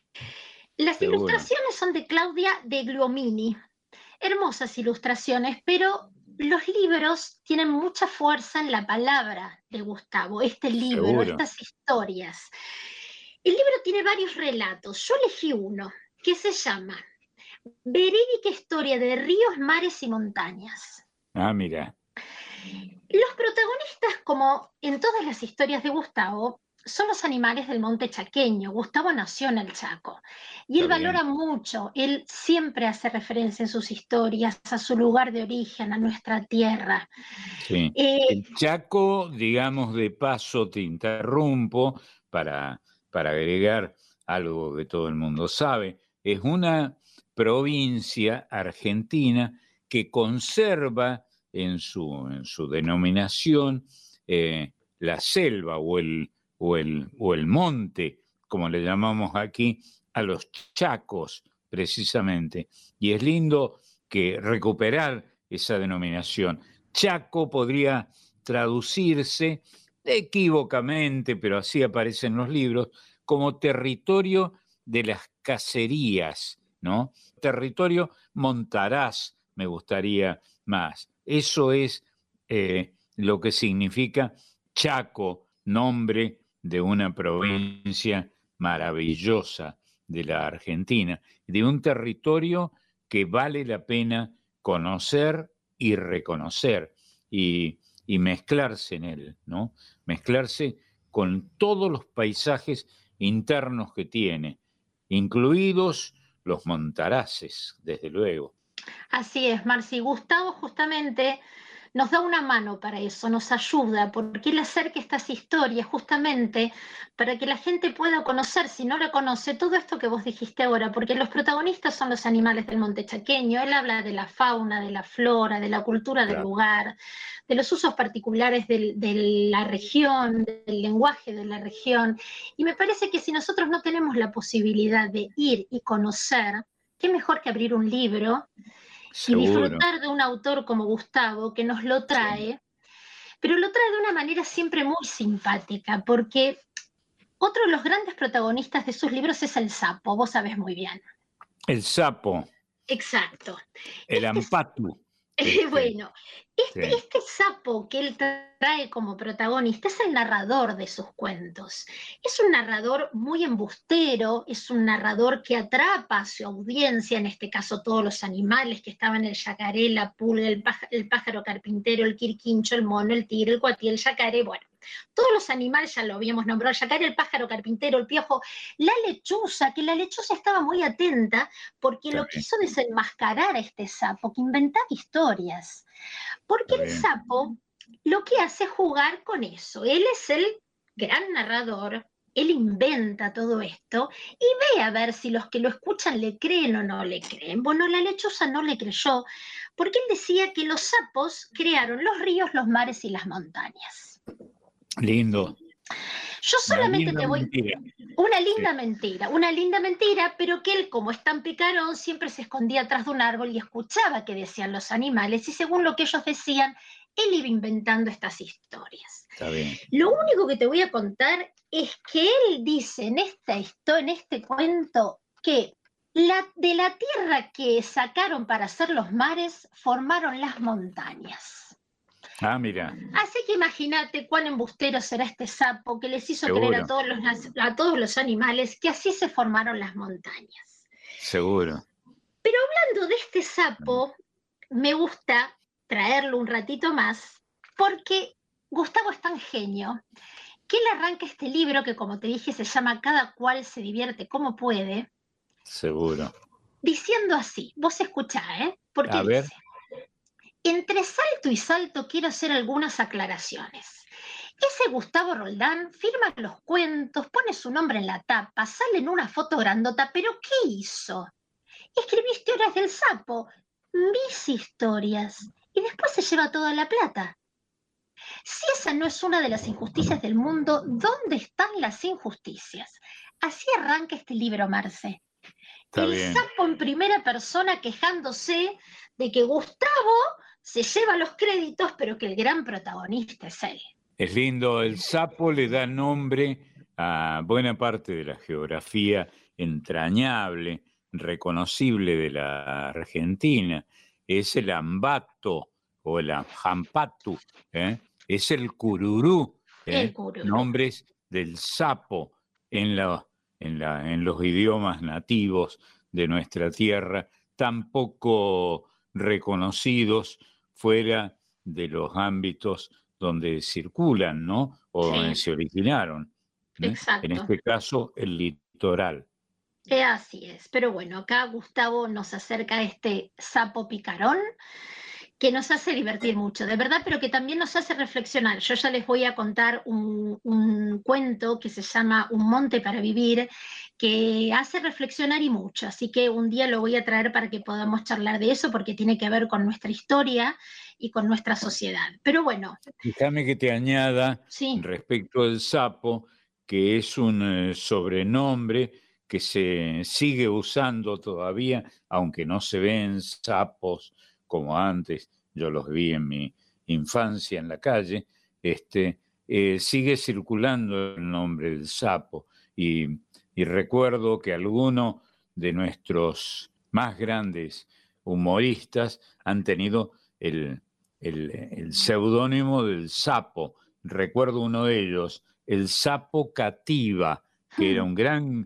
Las Seguro. ilustraciones son de Claudia de Gugliomini. Hermosas ilustraciones, pero los libros tienen mucha fuerza en la palabra de Gustavo. Este libro, Seguro. estas historias. El libro tiene varios relatos. Yo elegí uno que se llama Verídica historia de ríos, mares y montañas. Ah, mira. Los protagonistas, como en todas las historias de Gustavo, son los animales del monte chaqueño. Gustavo nació en el Chaco y él valora mucho, él siempre hace referencia en sus historias a su lugar de origen, a nuestra tierra. Sí. El Chaco, digamos, de paso te interrumpo para agregar algo que todo el mundo sabe, es una provincia argentina que conserva en su denominación la selva o el monte, como le llamamos aquí, a los chacos, precisamente. Y es lindo que recuperar esa denominación. Chaco podría traducirse equívocamente, pero así aparece en los libros, como territorio de las cacerías, ¿no? Territorio montaraz, me gustaría más. Eso es lo que significa Chaco, nombre de una provincia maravillosa de la Argentina, de un territorio que vale la pena conocer y reconocer y mezclarse en él, ¿no? Mezclarse con todos los paisajes internos que tiene, incluidos los montaraces, desde luego. Así es, Marci. Gustavo justamente nos da una mano para eso, nos ayuda, porque él acerca estas historias justamente para que la gente pueda conocer, si no la conoce, todo esto que vos dijiste ahora, porque los protagonistas son los animales del monte chaqueño. Él habla de la fauna, de la flora, de la cultura del lugar, de los usos particulares de la región, del lenguaje de la región, y me parece que si nosotros no tenemos la posibilidad de ir y conocer, qué mejor que abrir un libro Seguro. Y disfrutar de un autor como Gustavo, que nos lo trae, pero lo trae de una manera siempre muy simpática, porque otro de los grandes protagonistas de sus libros es el sapo, vos sabés muy bien. El sapo. Exacto. El ampatu. Bueno, este sapo que él trae como protagonista es el narrador de sus cuentos. Es un narrador muy embustero, es un narrador que atrapa a su audiencia, en este caso todos los animales que estaban, el yacaré, la pulga, el pájaro carpintero, el quirquincho, el mono, el tigre, el cuatí, el yacaré, bueno, todos los animales ya lo habíamos nombrado, el yacaré, el pájaro carpintero, el piojo, la lechuza, que la lechuza estaba muy atenta porque lo quiso desenmascarar a este sapo, que inventaba historias. Porque el sapo lo que hace es jugar con eso. Él es el gran narrador, él inventa todo esto y ve a ver si los que lo escuchan le creen o no le creen. Bueno, la lechuza no le creyó porque él decía que los sapos crearon los ríos, los mares y las montañas. Lindo. Yo solamente te voy... Mentira. Una linda mentira, pero que él, como es tan picarón, siempre se escondía atrás de un árbol y escuchaba qué decían los animales, y según lo que ellos decían, él iba inventando estas historias. Está bien. Lo único que te voy a contar es que él dice en este cuento que de la tierra que sacaron para hacer los mares, formaron las montañas. Ah, mira. Así que imagínate cuán embustero será este sapo que les hizo creer a todos los animales que así se formaron las montañas. Seguro. Pero hablando de este sapo, me gusta traerlo un ratito más, porque Gustavo es tan genio que él arranca este libro que, como te dije, se llama Cada cual se divierte como puede. Seguro. Diciendo así, vos escuchá, porque a ver. dice: entre salto y salto quiero hacer algunas aclaraciones. Ese Gustavo Roldán firma los cuentos, pone su nombre en la tapa, sale en una foto grandota, pero ¿qué hizo? Escribí historias del sapo, mis historias, y después se lleva toda la plata. Si esa no es una de las injusticias del mundo, ¿dónde están las injusticias? Así arranca este libro, Marce. El sapo en primera persona quejándose de que Gustavo se lleva los créditos, pero que el gran protagonista es él. Es lindo, el sapo le da nombre a buena parte de la geografía entrañable, reconocible de la Argentina. Es el ambato o el jampatu, es el cururú, nombres del sapo en los idiomas nativos de nuestra tierra, tan poco reconocidos fuera de los ámbitos donde circulan, ¿no? O donde se originaron. Exacto. En este caso, el litoral. Así es, pero bueno, acá Gustavo nos acerca a este sapo picarón que nos hace divertir mucho, de verdad, pero que también nos hace reflexionar. Yo ya les voy a contar un cuento que se llama Un monte para vivir, que hace reflexionar y mucho, así que un día lo voy a traer para que podamos charlar de eso, porque tiene que ver con nuestra historia y con nuestra sociedad. Pero bueno. Déjame que te añada sí. respecto al sapo, que es un sobrenombre que se sigue usando todavía, aunque no se ven sapos como antes, yo los vi en mi infancia en la calle, sigue circulando el nombre del sapo. Y recuerdo que algunos de nuestros más grandes humoristas han tenido el seudónimo del sapo. Recuerdo uno de ellos, el Sapo Cativa, que era un gran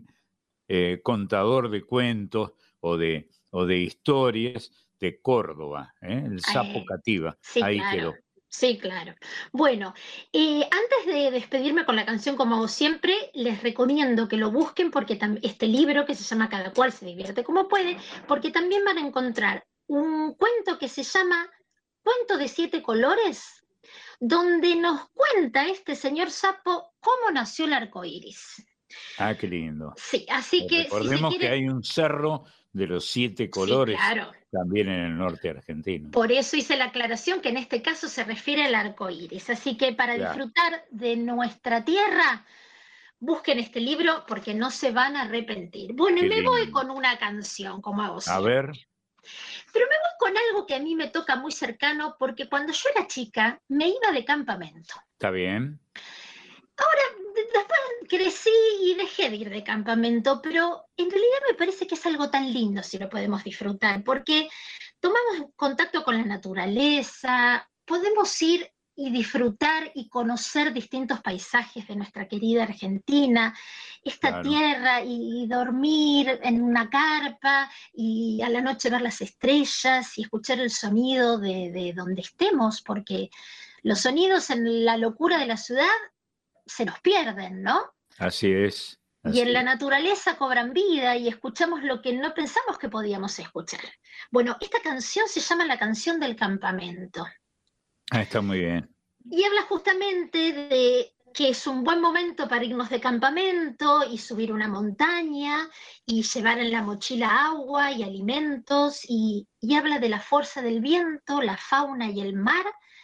contador de cuentos o de historias de Córdoba, el Sapo Cativa. Sí, ahí claro. quedó. Sí, claro. Bueno, antes de despedirme con la canción, como hago siempre, les recomiendo que lo busquen, porque este libro que se llama Cada cual se divierte como puede, porque también van a encontrar un cuento que se llama Cuento de 7 colores, donde nos cuenta este señor sapo cómo nació el arco iris. Ah, qué lindo. Sí, así que recordemos si se quiere... que hay un cerro de los 7 colores, sí, claro, también en el norte argentino. Por eso hice la aclaración que en este caso se refiere al arco iris. Así que para disfrutar de nuestra tierra, busquen este libro porque no se van a arrepentir. Bueno, y me voy con una canción, como hago siempre. A ver. Pero me voy con algo que a mí me toca muy cercano, porque cuando yo era chica me iba de campamento. Está bien. Ahora, después crecí y dejé de ir de campamento, pero en realidad me parece que es algo tan lindo si lo podemos disfrutar, porque tomamos contacto con la naturaleza, podemos ir y disfrutar y conocer distintos paisajes de nuestra querida Argentina, esta tierra, y dormir en una carpa, y a la noche ver las estrellas y escuchar el sonido de donde estemos, porque los sonidos en la locura de la ciudad se nos pierden, ¿no? Así es. Y en la naturaleza cobran vida y escuchamos lo que no pensamos que podíamos escuchar. Bueno, esta canción se llama La canción del campamento. Ah, está muy bien. Y habla justamente de que es un buen momento para irnos de campamento y subir una montaña y llevar en la mochila agua y alimentos, y habla de la fuerza del viento, la fauna y el mar,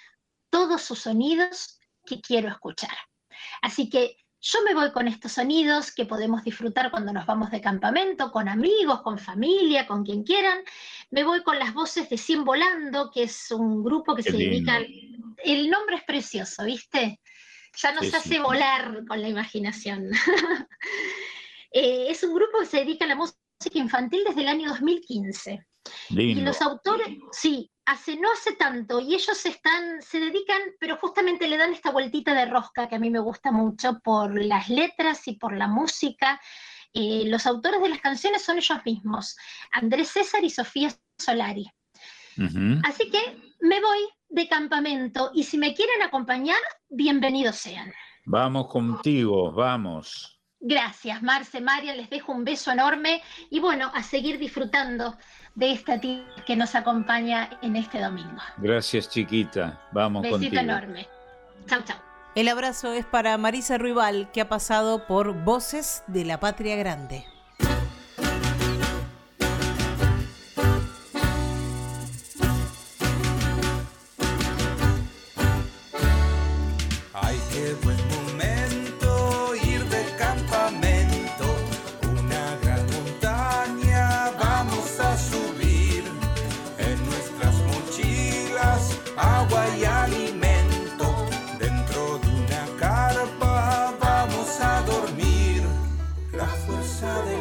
todos sus sonidos que quiero escuchar. Así que yo me voy con estos sonidos que podemos disfrutar cuando nos vamos de campamento, con amigos, con familia, con quien quieran. Me voy con las voces de Cien Volando, que es un grupo que se dedica... El nombre es precioso, ¿viste? Ya nos hace volar con la imaginación. Es un grupo que se dedica a la música infantil desde el año 2015. Lindo. Y los autores, no hace tanto, y ellos se dedican, pero justamente le dan esta vueltita de rosca que a mí me gusta mucho por las letras y por la música. Los autores de las canciones son ellos mismos, Andrés César y Sofía Solari. Así que me voy de campamento, y si me quieren acompañar, bienvenidos sean. Vamos contigo, vamos. Gracias, Marce, María, les dejo un beso enorme, y bueno, a seguir disfrutando de esta tía que nos acompaña en este domingo. Gracias, chiquita. Vamos contigo. Besito enorme. Chau, chau. El abrazo es para Marisa Ruibal, que ha pasado por Voces de la Patria Grande. Ay, qué buen momento ir de campamento, una gran montaña vamos a subir, en nuestras mochilas agua y alimento, dentro de una carpa vamos a dormir, la fuerza de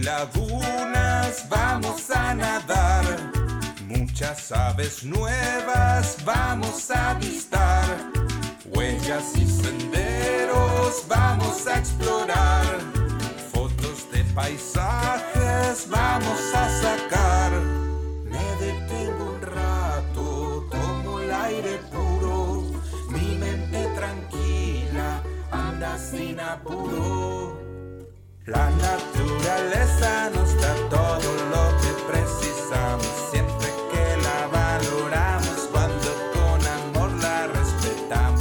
lagunas vamos a nadar, muchas aves nuevas vamos a avistar, huellas y senderos vamos a explorar, fotos de paisajes vamos a sacar. Me detengo un rato, tomo el aire puro, mi mente tranquila anda sin apuro. La naturaleza nos da todo lo que precisamos, siempre que la valoramos, cuando con amor la respetamos.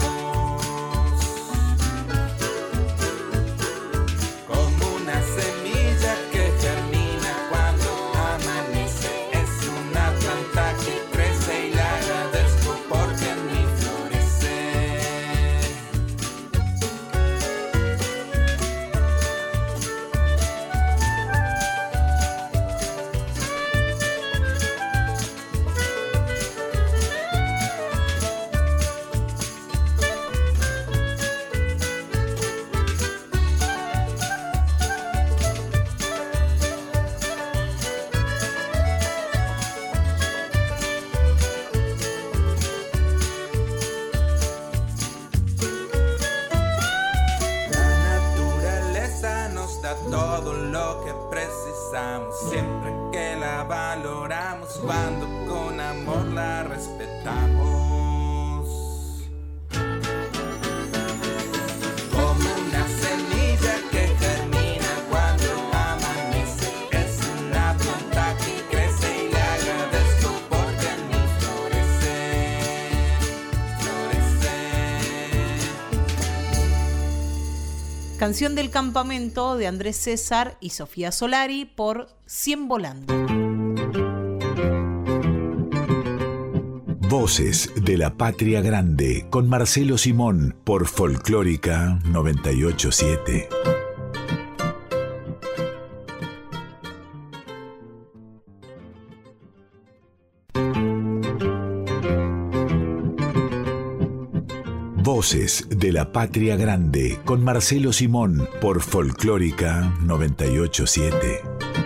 Como una semilla que germina cuando amanece, es una planta que crece y la agradezco porque en mí florece. Todo lo que precisamos, siempre que la valoramos, cuando con amor la respetamos. Como una semilla que germina cuando amanece, es una planta que crece y le agradezco porque en mí florece, florece. Canción del Campamento de Andrés César y Sofía Solari por Cien Volando. Voces de la Patria Grande con Marcelo Simón por Folclórica 987. Voces de la Patria Grande con Marcelo Simón por Folclórica 987.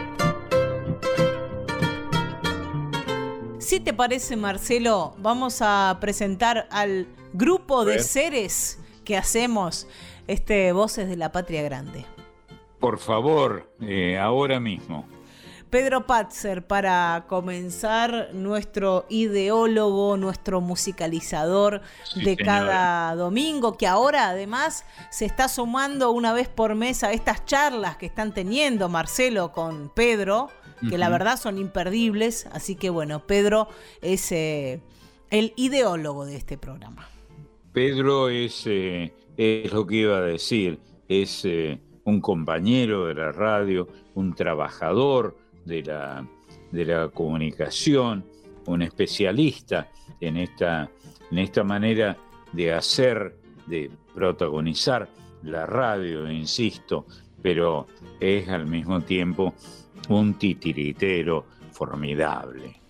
Si te parece, Marcelo, vamos a presentar al grupo de seres que hacemos Voces de la Patria Grande. Por favor, ahora mismo. Pedro Patzer, para comenzar, nuestro ideólogo, nuestro musicalizador de cada domingo, que ahora además se está sumando una vez por mes a estas charlas que están teniendo Marcelo con Pedro, que la verdad son imperdibles. Así que bueno, Pedro es el ideólogo de este programa. Pedro es lo que iba a decir, es un compañero de la radio, un trabajador de la comunicación, un especialista en esta manera de hacer, de protagonizar la radio, insisto, pero es al mismo tiempo un titiritero formidable.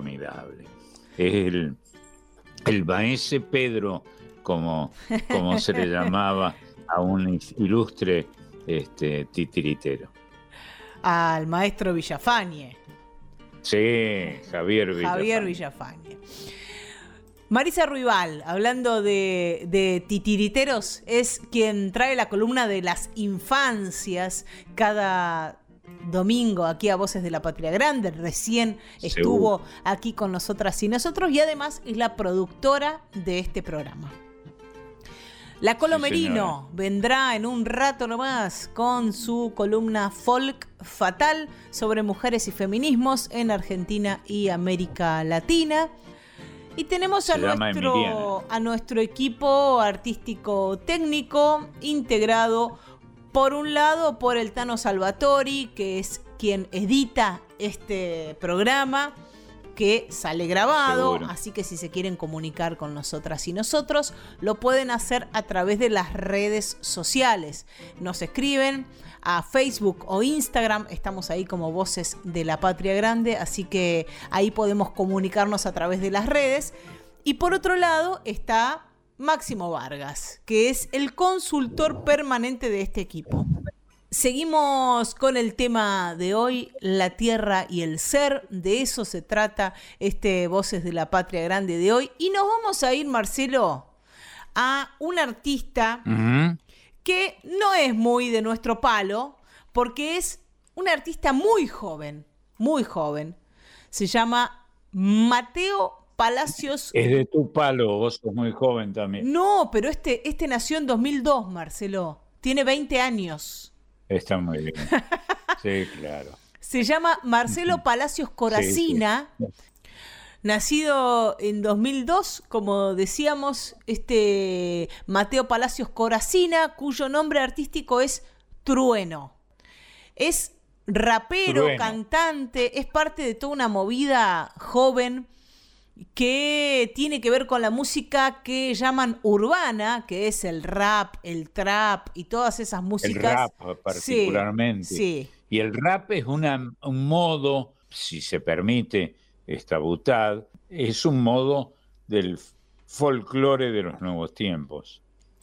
Es el maese Pedro, como se le llamaba a un ilustre titiritero. Al maestro Villafañe. Sí, Javier Villafañe. Marisa Ruibal, hablando de titiriteros, es quien trae la columna de las infancias cada domingo aquí a Voces de la Patria Grande. Recién estuvo aquí con nosotras y nosotros, y además es la productora de este programa. La Colo Merino vendrá en un rato nomás con su columna Folk Fatal sobre mujeres y feminismos en Argentina y América Latina. Y tenemos a nuestro equipo artístico técnico integrado por un lado por el Tano Salvatori, que es quien edita este programa, que sale grabado, así que si se quieren comunicar con nosotras y nosotros, lo pueden hacer a través de las redes sociales. Nos escriben a Facebook o Instagram, estamos ahí como Voces de la Patria Grande, así que ahí podemos comunicarnos a través de las redes. Y por otro lado está Máximo Vargas, que es el consultor permanente de este equipo. Seguimos con el tema de hoy, la tierra y el ser. De eso se trata Voces de la Patria Grande de hoy. Y nos vamos a ir, Marcelo, a un artista que no es muy de nuestro palo, porque es un artista muy joven. Se llama Mateo Palacios. Es de tu palo, vos sos muy joven también. No, pero este nació en 2002, Marcelo. Tiene 20 años. Está muy bien. Sí, claro. Se llama Marcelo Palacios Coracina. Sí. Nacido en 2002, como decíamos, Mateo Palacios Coracina, cuyo nombre artístico es Trueno. Es rapero, cantante, es parte de toda una movida joven que tiene que ver con la música que llaman urbana, que es el rap, el trap y todas esas músicas. El rap particularmente. Sí. Y el rap es un modo, si se permite esta butad, es un modo del folclore de los nuevos tiempos.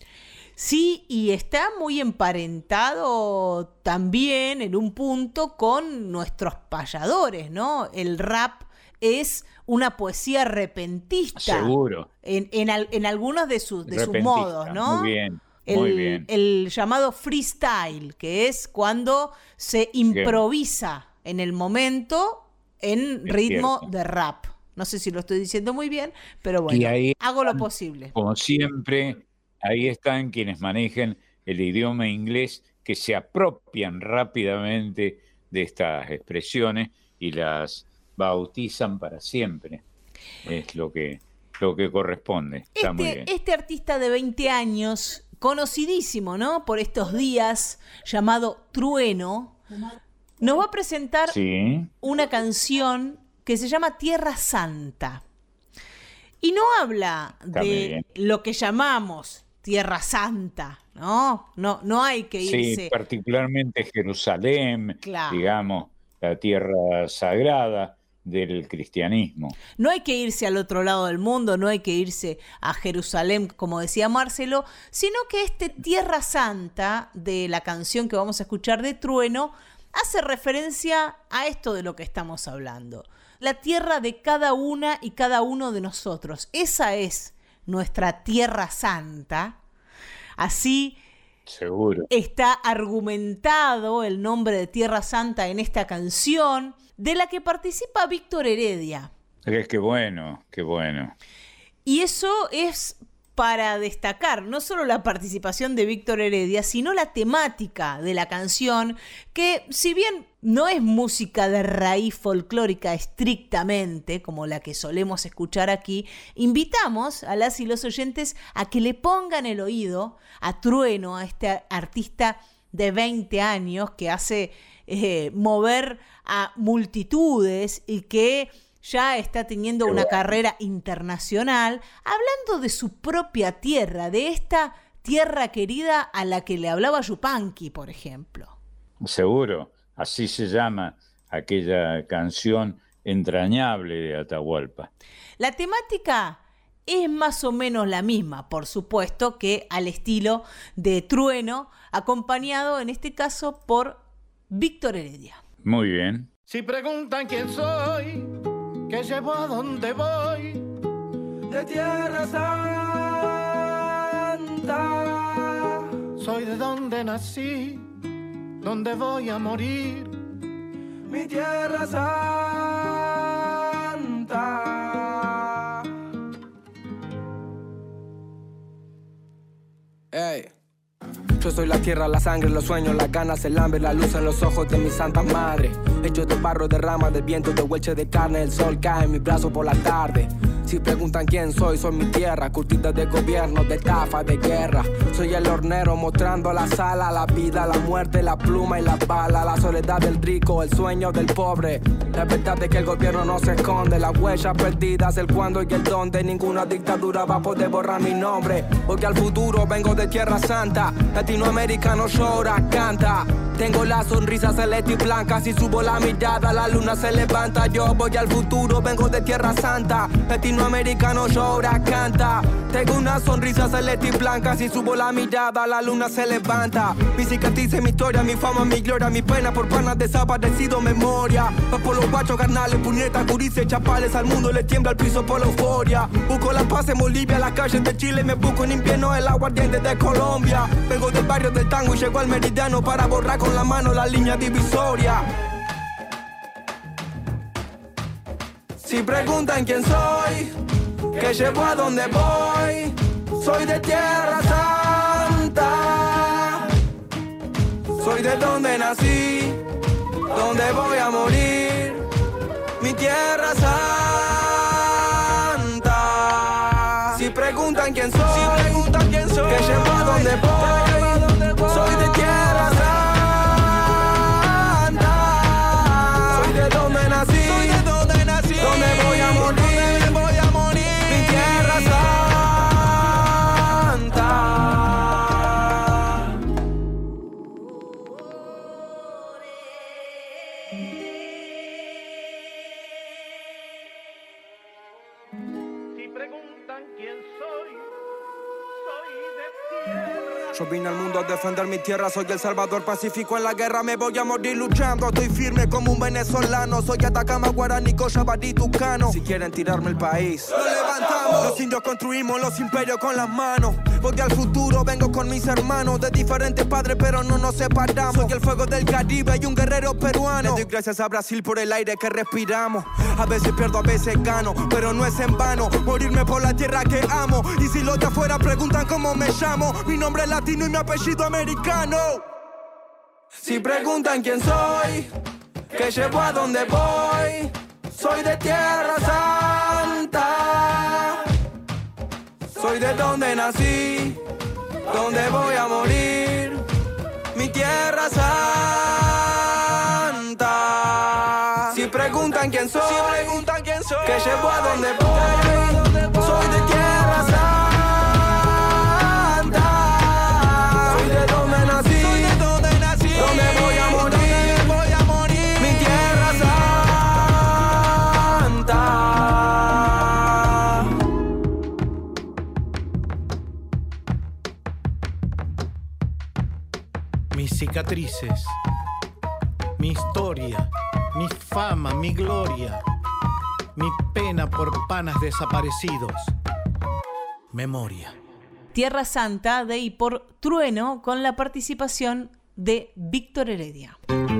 Sí, y está muy emparentado también en un punto con nuestros payadores, ¿no? El rap es una poesía repentista. Seguro. En algunos de sus modos, ¿no? Muy bien, muy bien. El llamado freestyle, que es cuando se improvisa en el momento en ritmo de rap. No sé si lo estoy diciendo muy bien, pero bueno, y ahí hago lo posible. Como siempre, ahí están quienes manejan el idioma inglés, que se apropian rápidamente de estas expresiones y las bautizan para siempre. Es lo que corresponde. Está muy bien. Este artista de 20 años, conocidísimo, ¿no?, por estos días, llamado Trueno, nos va a presentar una canción que se llama Tierra Santa. Y no habla de lo que llamamos Tierra Santa, ¿no? No hay que irse. Sí, particularmente Jerusalén, digamos, la tierra sagrada del cristianismo. No hay que irse al otro lado del mundo, no hay que irse a Jerusalén, como decía Marcelo, sino que Tierra Santa de la canción que vamos a escuchar de Trueno hace referencia a esto de lo que estamos hablando. La tierra de cada una y cada uno de nosotros. Esa es nuestra Tierra Santa. Así seguro está argumentado el nombre de Tierra Santa en esta canción, de la que participa Víctor Heredia. Qué bueno, qué bueno. Y eso es para destacar no solo la participación de Víctor Heredia, sino la temática de la canción, que si bien no es música de raíz folclórica estrictamente, como la que solemos escuchar aquí, invitamos a las y los oyentes a que le pongan el oído a Trueno, a este artista de 20 años que hace mover a multitudes y que ya está teniendo una carrera internacional, hablando de su propia tierra, de esta tierra querida a la que le hablaba Yupanqui, por ejemplo. Seguro, así se llama aquella canción entrañable de Atahualpa. La temática es más o menos la misma, por supuesto, que al estilo de Trueno, acompañado en este caso por Víctor Heredia. Muy bien. Si preguntan quién soy, que llevo a donde voy, de Tierra Santa. Soy de donde nací, donde voy a morir, mi Tierra Santa. Hey. Yo soy la tierra, la sangre, los sueños, las ganas, el hambre, la luz en los ojos de mi santa madre. Hecho de barro, de rama, de viento, de hueche de carne, el sol cae en mi brazo por la tarde. Si preguntan quién soy mi tierra, curtida de gobierno, de estafa, de guerra. Soy el hornero mostrando la sala, la vida, la muerte, la pluma y la bala, la soledad del rico, el sueño del pobre. La verdad es que el gobierno no se esconde, las huellas perdidas, el cuándo y el dónde. Ninguna dictadura va a poder borrar mi nombre, porque al futuro vengo de Tierra Santa. Latinoamericano llora, canta. Tengo la sonrisa celeste y blanca. Si subo la mirada, la luna se levanta. Yo voy al futuro, vengo de Tierra Santa. Latinoamericano llora, canta. Tengo una sonrisa celeste y blanca. Si subo la mirada, la luna se levanta. Mi cicatriz, mi historia, mi fama, mi gloria. Mi pena por panas desaparecido, memoria. Va por los guachos, carnales, puñetas, gurises, chapales. Al mundo le tiembla el piso por la euforia. Busco la paz en Bolivia, las calles de Chile. Me busco en invierno el aguardiente de Colombia. Vengo del barrio del tango y llego al meridiano para borrar con la mano la línea divisoria. Si preguntan quién soy, que llevo a donde voy, soy de Tierra Santa. Soy de donde nací, donde voy a morir, mi Tierra Santa. Si preguntan quién soy, que llevo a donde voy, soy de Tierra Santa. Soy de donde nací, donde voy a morir, mi Tierra Santa. Si preguntan quién soy de tierra. Yo vine al mundo a defender mi tierra, soy el salvador pacífico en la guerra, me voy a morir luchando, estoy firme como un venezolano, soy Atacama, Guaraní, Coyabarí, Tucano. Si quieren tirarme el país, lo levantamos. Los indios construimos los imperios con las manos. Voy al futuro, vengo con mis hermanos, de diferentes padres pero no nos separamos. Soy el fuego del Caribe y un guerrero peruano. Le doy gracias a Brasil por el aire que respiramos. A veces pierdo, a veces gano, pero no es en vano morirme por la tierra que amo. Y si los de afuera preguntan cómo me llamo, mi nombre es latino y mi apellido americano. Si preguntan quién soy, que llevo a donde voy, soy de Tierra Santa. Soy de donde nací, donde voy a morir, mi Tierra Santa. Si preguntan quién soy, que llevo a donde voy, soy de Tierra Santa. Soy de donde nací, donde voy a morir, mi Tierra Santa. Mis cicatrices, mi historia, mi fama, mi gloria, mi pena por panas desaparecidos, memoria. Tierra Santa de y por Trueno, con la participación de Víctor Heredia.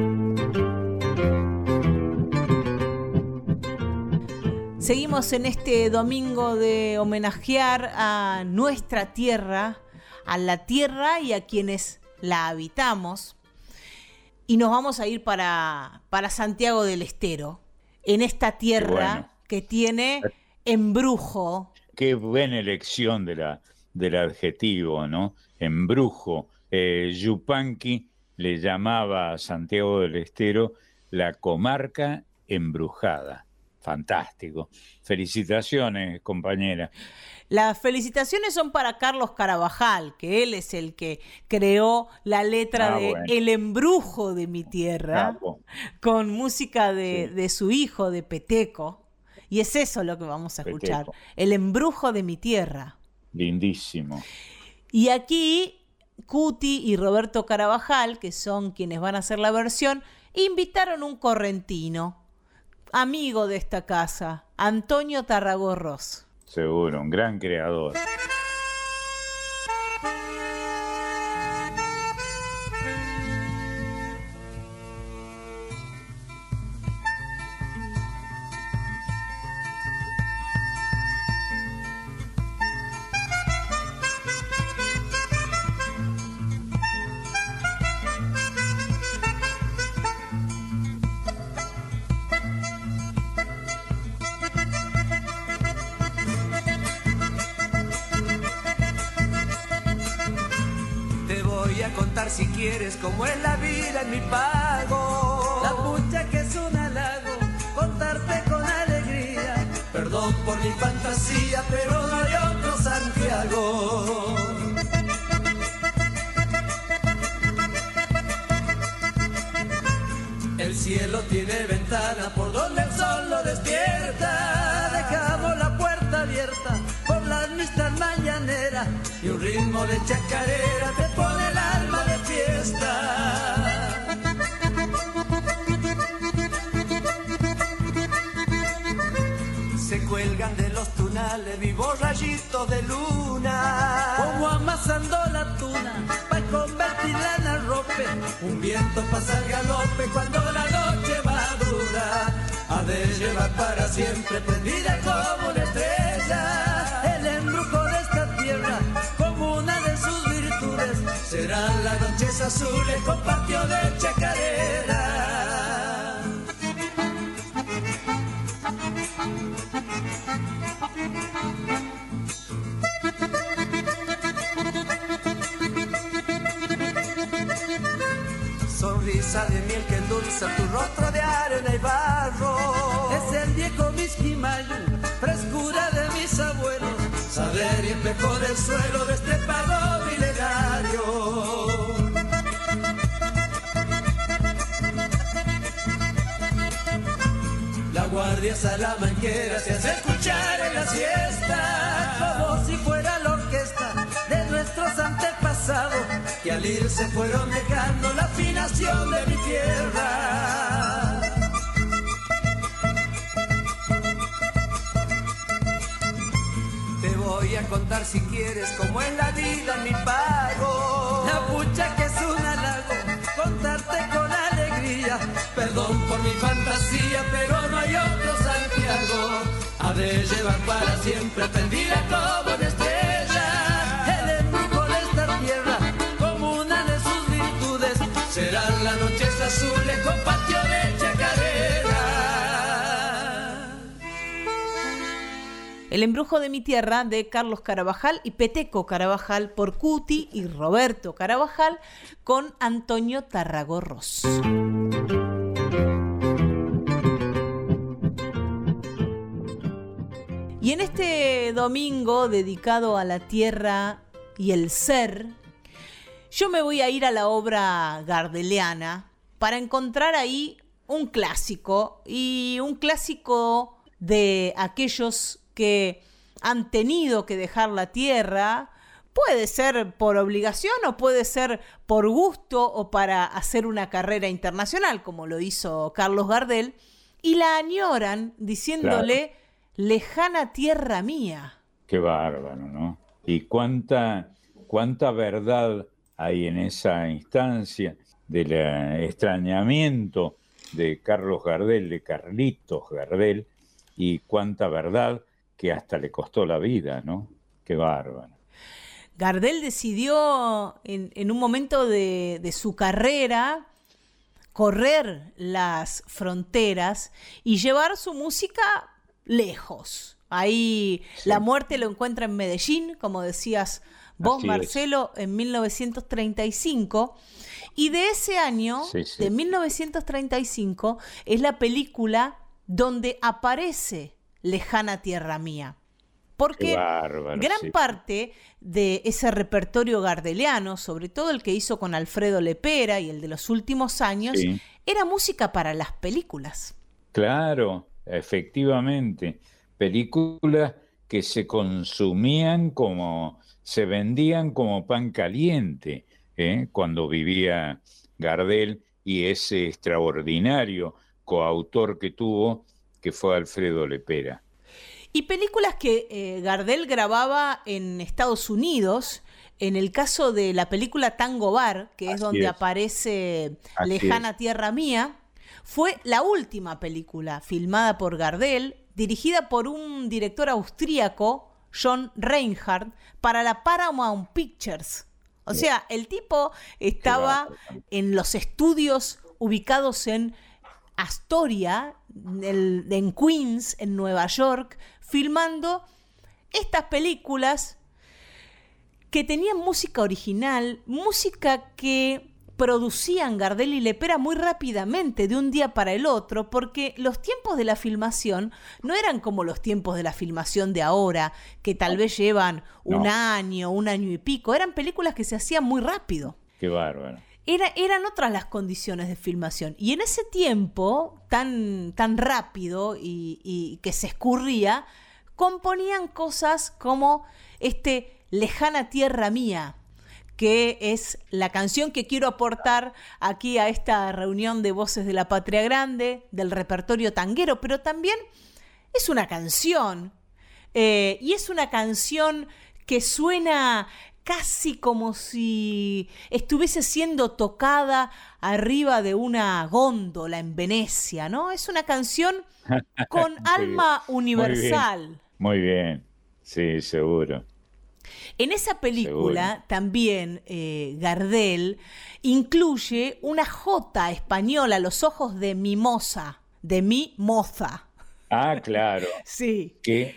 Seguimos en este domingo de homenajear a nuestra tierra, a la tierra y a quienes la habitamos. Y nos vamos a ir para Santiago del Estero, en esta tierra que tiene embrujo. Qué buena elección del adjetivo, ¿no? Embrujo. Yupanqui le llamaba a Santiago del Estero la comarca embrujada. Fantástico. Felicitaciones, compañera. Las felicitaciones son para Carlos Carabajal, que él es el que creó la letra de bueno. El embrujo de mi tierra, con música de su hijo, de Peteco. Y es eso lo que vamos a escuchar. Peteco. El embrujo de mi tierra. Lindísimo. Y aquí Cuti y Roberto Carabajal, que son quienes van a hacer la versión, invitaron un correntino, amigo de esta casa, Antonio Tarragorros. Seguro, un gran creador. Si quieres, como es la vida en mi pago, la pucha que es un halago, contarte con alegría. Perdón por mi fantasía, pero no hay otro Santiago. el cielo tiene ventana por donde el sol lo despierta. Dejamos la puerta abierta por la amistad mañanera y un ritmo de chacarera te pone el alma de fiesta. Se cuelgan de los tunales vivos rayitos de luna, como amasando la tuna para convertirla en arrope. Un viento pasa al galope cuando la noche madura, ha de llevar para siempre prendida como una estrella el embrujo de esta tierra, como una de sus virtudes serán las noches azules con patio de chacarera. Sonrisa de miel que endulza tu rostro de arena y barro. Es el viejo Misquimayo, frescura de mis abuelos, saber y espejo del suelo de este pago milenario. La guardia salamanquera se hace escuchar en la siesta, como si fuera la orquesta de nuestros antepasados, que al irse fueron dejando la afinación de mi tierra. Te voy a contar si quieres cómo es la vida en mi pago, la pucha que es un halago, contarte con alegría. Perdón por mi fantasía, pero no hay otro Santiago, ha de llevar para siempre prendida como una estrella el embrujo de esta tierra, como una de sus virtudes serán las noches azules con patio de chacarera. El embrujo de mi tierra, de Carlos Carabajal y Peteco Carabajal, por Cuti y Roberto Carabajal, con Antonio Tarragorros. Y en este domingo dedicado a la tierra y el ser, yo me voy a ir a la obra gardeliana para encontrar ahí un clásico, y un clásico de aquellos que han tenido que dejar la tierra. Puede ser por obligación o puede ser por gusto o para hacer una carrera internacional, como lo hizo Carlos Gardel, y la añoran diciéndole... Claro. Lejana tierra mía. Qué bárbaro, ¿no? Y cuánta verdad hay en esa instancia del extrañamiento de Carlos Gardel, de Carlitos Gardel, y cuánta verdad que hasta le costó la vida, ¿no? Qué bárbaro. Gardel decidió en un momento de su carrera correr las fronteras y llevar su música lejos. Ahí sí. La muerte lo encuentra en Medellín, como decías vos, así Marcelo, es. En 1935. Y de ese año, de 1935, es la película donde aparece Lejana Tierra Mía. Porque gran parte de ese repertorio gardeliano, sobre todo el que hizo con Alfredo Lepera y el de los últimos años, era música para las películas. Claro. Efectivamente, películas que se consumían se vendían como pan caliente, cuando vivía Gardel y ese extraordinario coautor que tuvo, que fue Alfredo Lepera. Y películas que Gardel grababa en Estados Unidos, en el caso de la película Tango Bar, que es donde aparece Lejana Tierra Mía, fue la última película filmada por Gardel, dirigida por un director austríaco, John Reinhardt, para la Paramount Pictures. O sea, el tipo estaba en los estudios ubicados en Astoria, en Queens, en Nueva York, filmando estas películas que tenían música original, música que producían Gardel y Lepera muy rápidamente, de un día para el otro, porque los tiempos de la filmación no eran como los tiempos de la filmación de ahora, que tal vez llevan un año y pico. Eran películas que se hacían muy rápido. Qué bárbaro. eran otras las condiciones de filmación. Y en ese tiempo, tan rápido y que se escurría, componían cosas como Lejana Tierra Mía, que es la canción que quiero aportar aquí a esta reunión de Voces de la Patria Grande, del repertorio tanguero, pero también es una canción, y es una canción que suena casi como si estuviese siendo tocada arriba de una góndola en Venecia, ¿no? Es una canción con alma universal. Muy bien, sí, seguro. En esa película también Gardel incluye una jota española, Los ojos de mi moza, de mi moza. Ah, claro. Sí. Que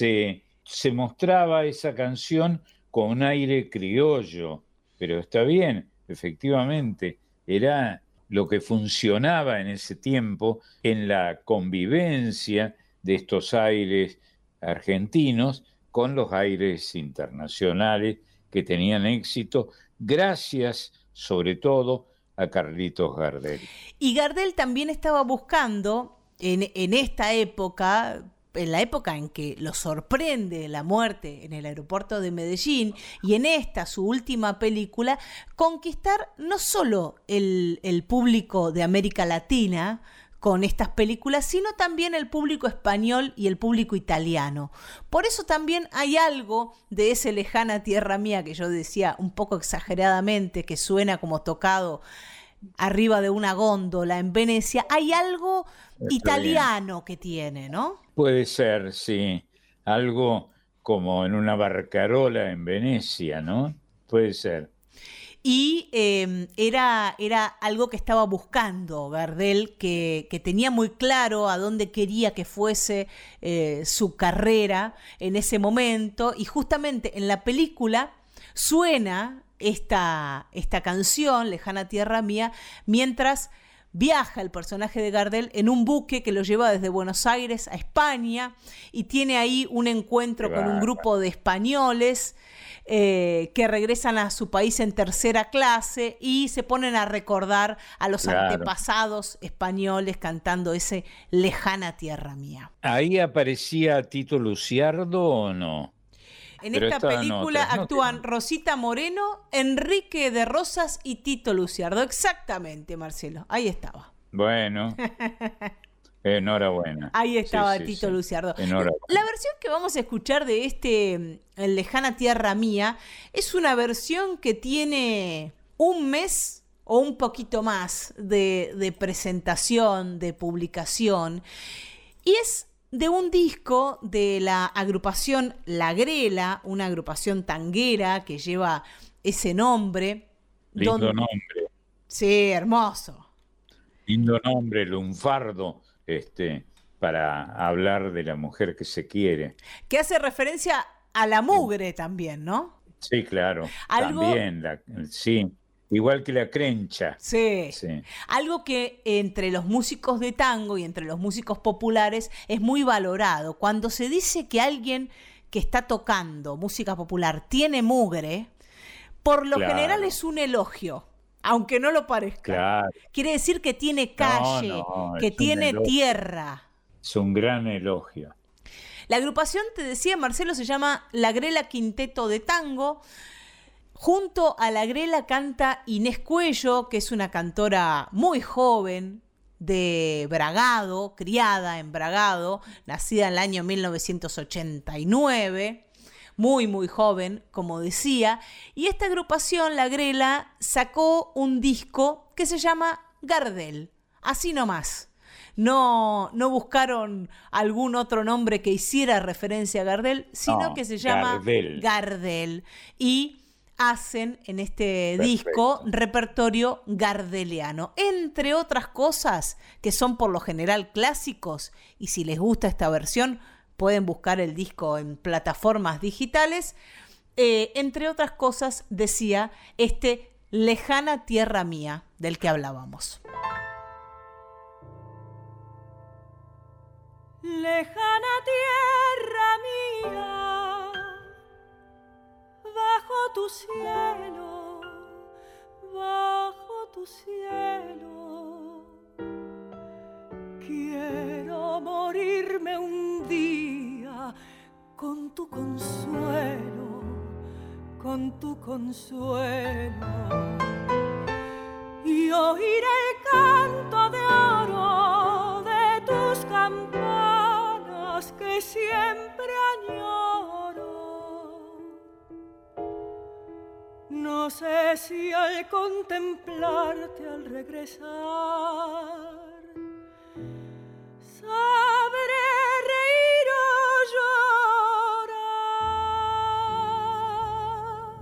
se mostraba esa canción con un aire criollo, pero está bien, efectivamente, era lo que funcionaba en ese tiempo en la convivencia de estos aires argentinos con los aires internacionales que tenían éxito, gracias sobre todo a Carlitos Gardel. Y Gardel también estaba buscando en esta época, en la época en que lo sorprende la muerte en el aeropuerto de Medellín, y en esta, su última película, conquistar no solo el público de América Latina con estas películas, sino también el público español y el público italiano. Por eso también hay algo de ese Lejana Tierra Mía que yo decía un poco exageradamente, que suena como tocado arriba de una góndola en Venecia. Hay algo italiano que tiene, ¿no? Puede ser, sí. Algo como en una barcarola en Venecia, ¿no? Puede ser. Y era algo que estaba buscando Gardel, que tenía muy claro a dónde quería que fuese su carrera en ese momento, y justamente en la película suena esta canción, Lejana Tierra Mía, mientras viaja el personaje de Gardel en un buque que lo lleva desde Buenos Aires a España, y tiene ahí un encuentro con un grupo de españoles que regresan a su país en tercera clase y se ponen a recordar a los antepasados españoles cantando ese Lejana Tierra Mía. ¿Ahí aparecía Tito Luciardo o no? En esta película actúan Rosita Moreno, Enrique de Rosas y Tito Luciardo. Exactamente, Marcelo. Ahí estaba. Bueno. Enhorabuena. Ahí estaba Tito Luciardo. La versión que vamos a escuchar de Lejana Tierra Mía es una versión que tiene un mes o un poquito más de presentación, de publicación, y es de un disco de la agrupación La Grela, una agrupación tanguera que lleva ese nombre. Lindo nombre. Sí, hermoso. Lindo nombre, lunfardo. Para hablar de la mujer que se quiere. Que hace referencia a la mugre también, ¿no? Sí, claro. También, sí. Igual que la crencha. Sí. Algo que entre los músicos de tango y entre los músicos populares es muy valorado. Cuando se dice que alguien que está tocando música popular tiene mugre, por lo general es un elogio. Aunque no lo parezca. Claro. Quiere decir que tiene calle, que tiene tierra. Es un gran elogio. La agrupación, te decía Marcelo, se llama La Grela Quinteto de Tango. Junto a La Grela canta Inés Cuello, que es una cantora muy joven de Bragado, criada en Bragado, nacida en el año 1989. Muy, muy joven, como decía. Y esta agrupación, La Grela, sacó un disco que se llama Gardel. Así nomás. No buscaron algún otro nombre que hiciera referencia a Gardel, sino que se llama Gardel. Y hacen en este disco repertorio gardeliano. Entre otras cosas que son por lo general clásicos. Y si les gusta esta versión, pueden buscar el disco en plataformas digitales. Entre otras cosas, decía Lejana Tierra Mía, del que hablábamos. Lejana tierra mía, bajo tu cielo, bajo con tu consuelo y oír el canto de oro de tus campanas que siempre añoro. No sé si al contemplarte al regresar sabré reír o llorar.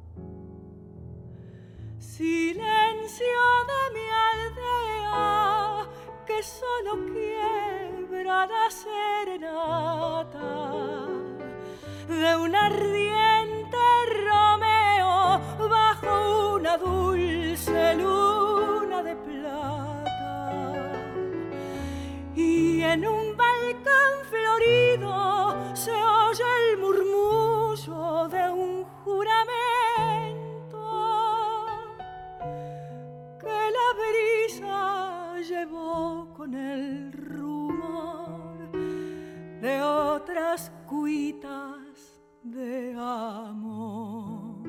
Silencio de mi aldea que solo quiebra la serenata de un ardiente Romeo bajo una dulce luna de plata. Y en un balcón florido se oye el murmullo de un juramento que la brisa llevó con el rumor de otras cuitas de amor.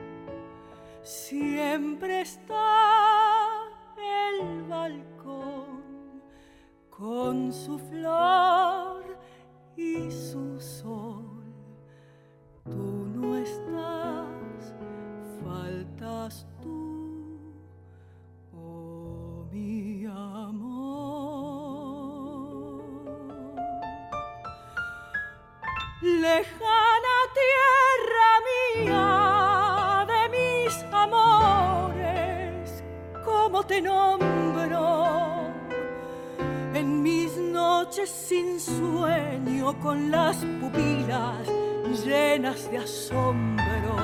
Siempre está el balcón con su flor y su sol. Tú no estás, faltas tú, oh mi amor. Lejana tierra mía de mis amores, ¿cómo te nombro? En mis noches sin sueño, con las pupilas llenas de asombro,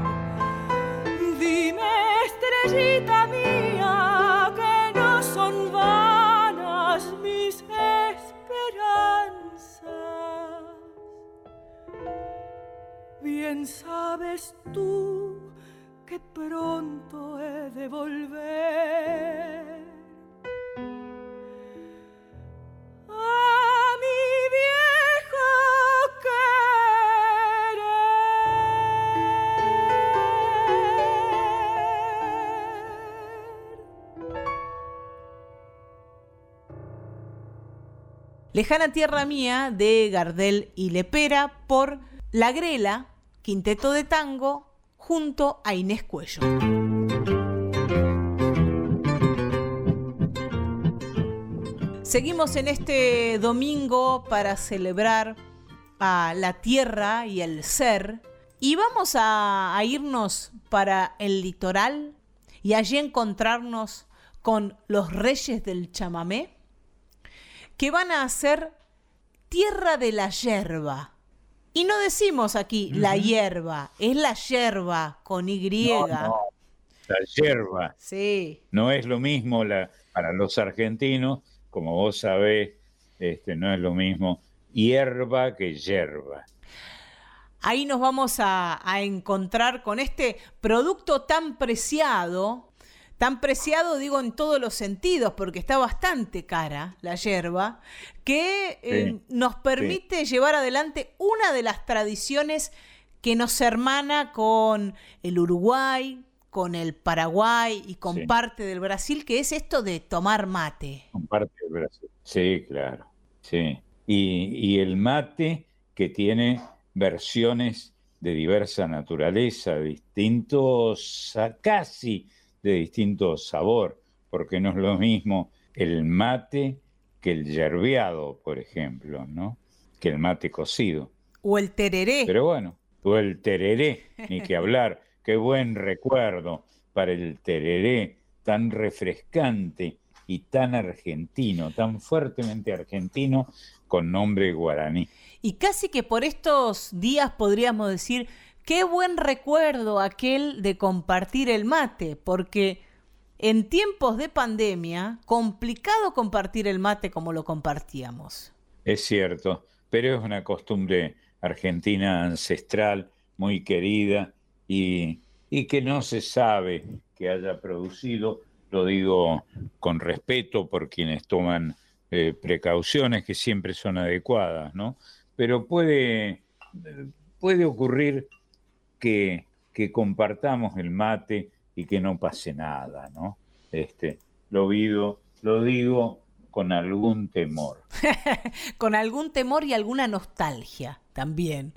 dime, estrellita mía, que no son vanas mis esperanzas. Bien sabes tú que pronto he de volver a mi viejo querer. Lejana tierra mía de Gardel y Lepera por La Grela, quinteto de tango, junto a Inés Cuello. Seguimos en este domingo para celebrar a la tierra y el ser, y vamos a irnos para el litoral y allí encontrarnos con los Reyes del Chamamé, que van a hacer Tierra de la Yerba. Y no decimos aquí la hierba, es la yerba con Y. No, la yerba. Sí. No es lo mismo para los argentinos, como vos sabés, no es lo mismo hierba que yerba. Ahí nos vamos a encontrar con este producto tan preciado digo en todos los sentidos, porque está bastante cara la yerba, que nos permite llevar adelante una de las tradiciones que nos hermana con el Uruguay, con el Paraguay y con parte del Brasil, que es esto de tomar mate. Con parte del Brasil, sí, claro. Sí. Y el mate que tiene versiones de diversa naturaleza, distintos, casi de distinto sabor, porque no es lo mismo el mate que el yerbeado, por ejemplo, ¿no? Que el mate cocido. O el tereré. Pero bueno, o el tereré, ni que hablar. Qué buen recuerdo para el tereré, tan refrescante y tan argentino, tan fuertemente argentino, con nombre guaraní. Y casi que por estos días podríamos decir, qué buen recuerdo aquel de compartir el mate, porque en tiempos de pandemia, complicado compartir el mate como lo compartíamos. Es cierto, pero es una costumbre argentina ancestral, muy querida, y que no se sabe que haya producido, lo digo con respeto por quienes toman precauciones que siempre son adecuadas, ¿no? Pero puede ocurrir que que compartamos el mate y que no pase nada, ¿no? Lo digo con algún temor. Con algún temor y alguna nostalgia también.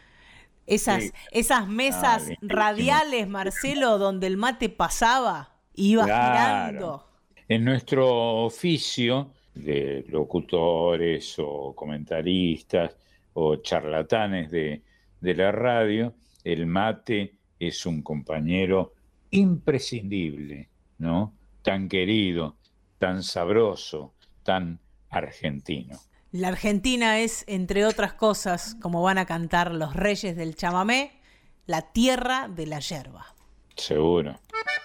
Esas mesas radiales, Marcelo, donde el mate pasaba, iba girando. En nuestro oficio de locutores o comentaristas o charlatanes de la radio, el mate es un compañero imprescindible, ¿no? Tan querido, tan sabroso, tan argentino. La Argentina es, entre otras cosas, como van a cantar los reyes del chamamé, la tierra de la yerba. Seguro.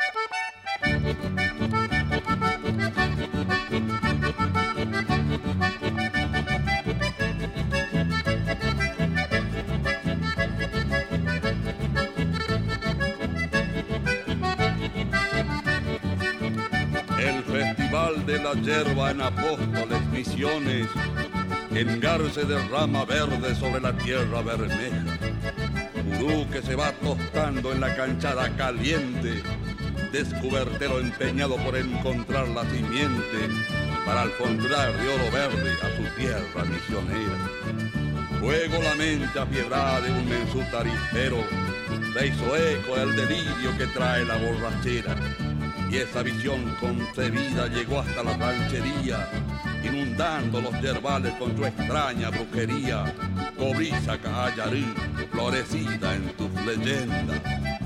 El Festival de la Yerba en Apóstoles, Misiones, en garce de rama verde sobre la tierra bermeja. Gurú que se va tostando en la canchada caliente, descubertero empeñado por encontrar la simiente para alfombrar de oro verde a su tierra misionera. Luego la mente afiebrada de un mensú tarifero se hizo eco del delirio que trae la borrachera. Y esa visión concebida llegó hasta la ranchería, inundando los yerbales con su extraña brujería. Cobriza Cajayarí, florecida en tus leyendas.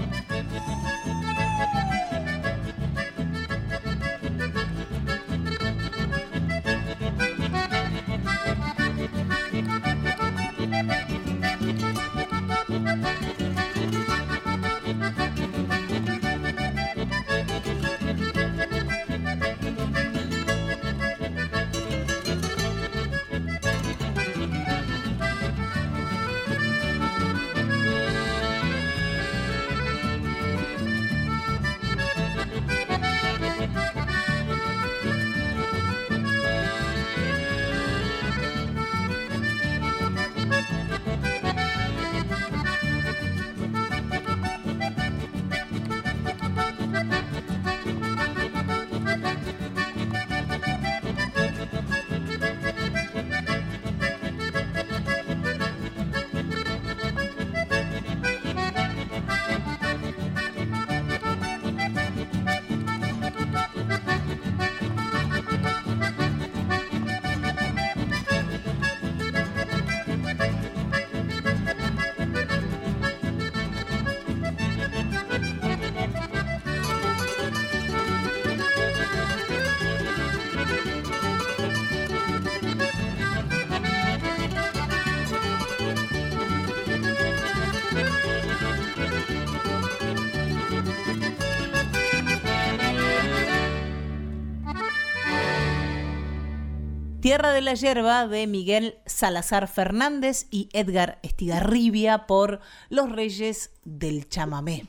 Tierra de la Yerba de Miguel Salazar Fernández y Edgar Estigarribia por Los Reyes del Chamamé.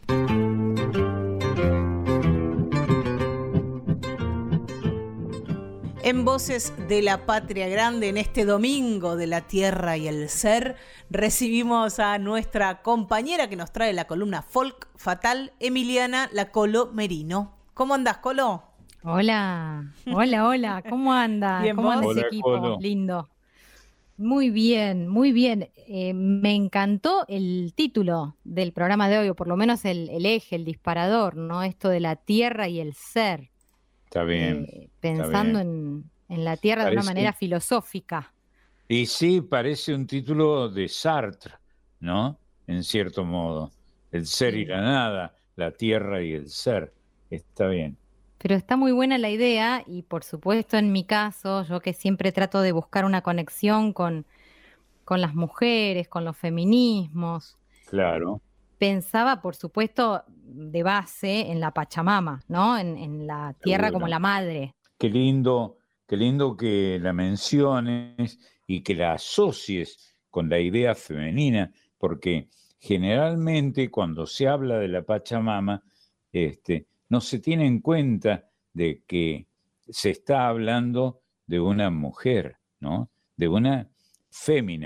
En Voces de la Patria Grande, en este domingo de la Tierra y el Ser, recibimos a nuestra compañera que nos trae la columna Folk Fatal, Emiliana La Colo Merino. ¿Cómo andás, Colo? Hola, ¿cómo anda? Bien, ¿Cómo anda Hola, ese equipo? Colo. Lindo. Muy bien, muy bien. Me encantó el título del programa de hoy, o por lo menos el eje, el disparador, ¿no? Esto de la tierra y el ser. Está bien. Pensando está bien. en la tierra de una Parece- manera filosófica. Y sí, parece un título de Sartre, ¿no? En cierto modo. El ser y la nada, la tierra y el ser. Está bien. Pero está muy buena la idea y por supuesto en mi caso, yo que siempre trato de buscar una conexión con las mujeres, con los feminismos, Claro. pensaba por supuesto de base en la Pachamama, ¿no? En la tierra Seguro. como la madre. Qué lindo que la menciones y que la asocies con la idea femenina, porque generalmente cuando se habla de la Pachamama, no se tiene en cuenta de que se está hablando de una mujer, ¿no? De una fémina,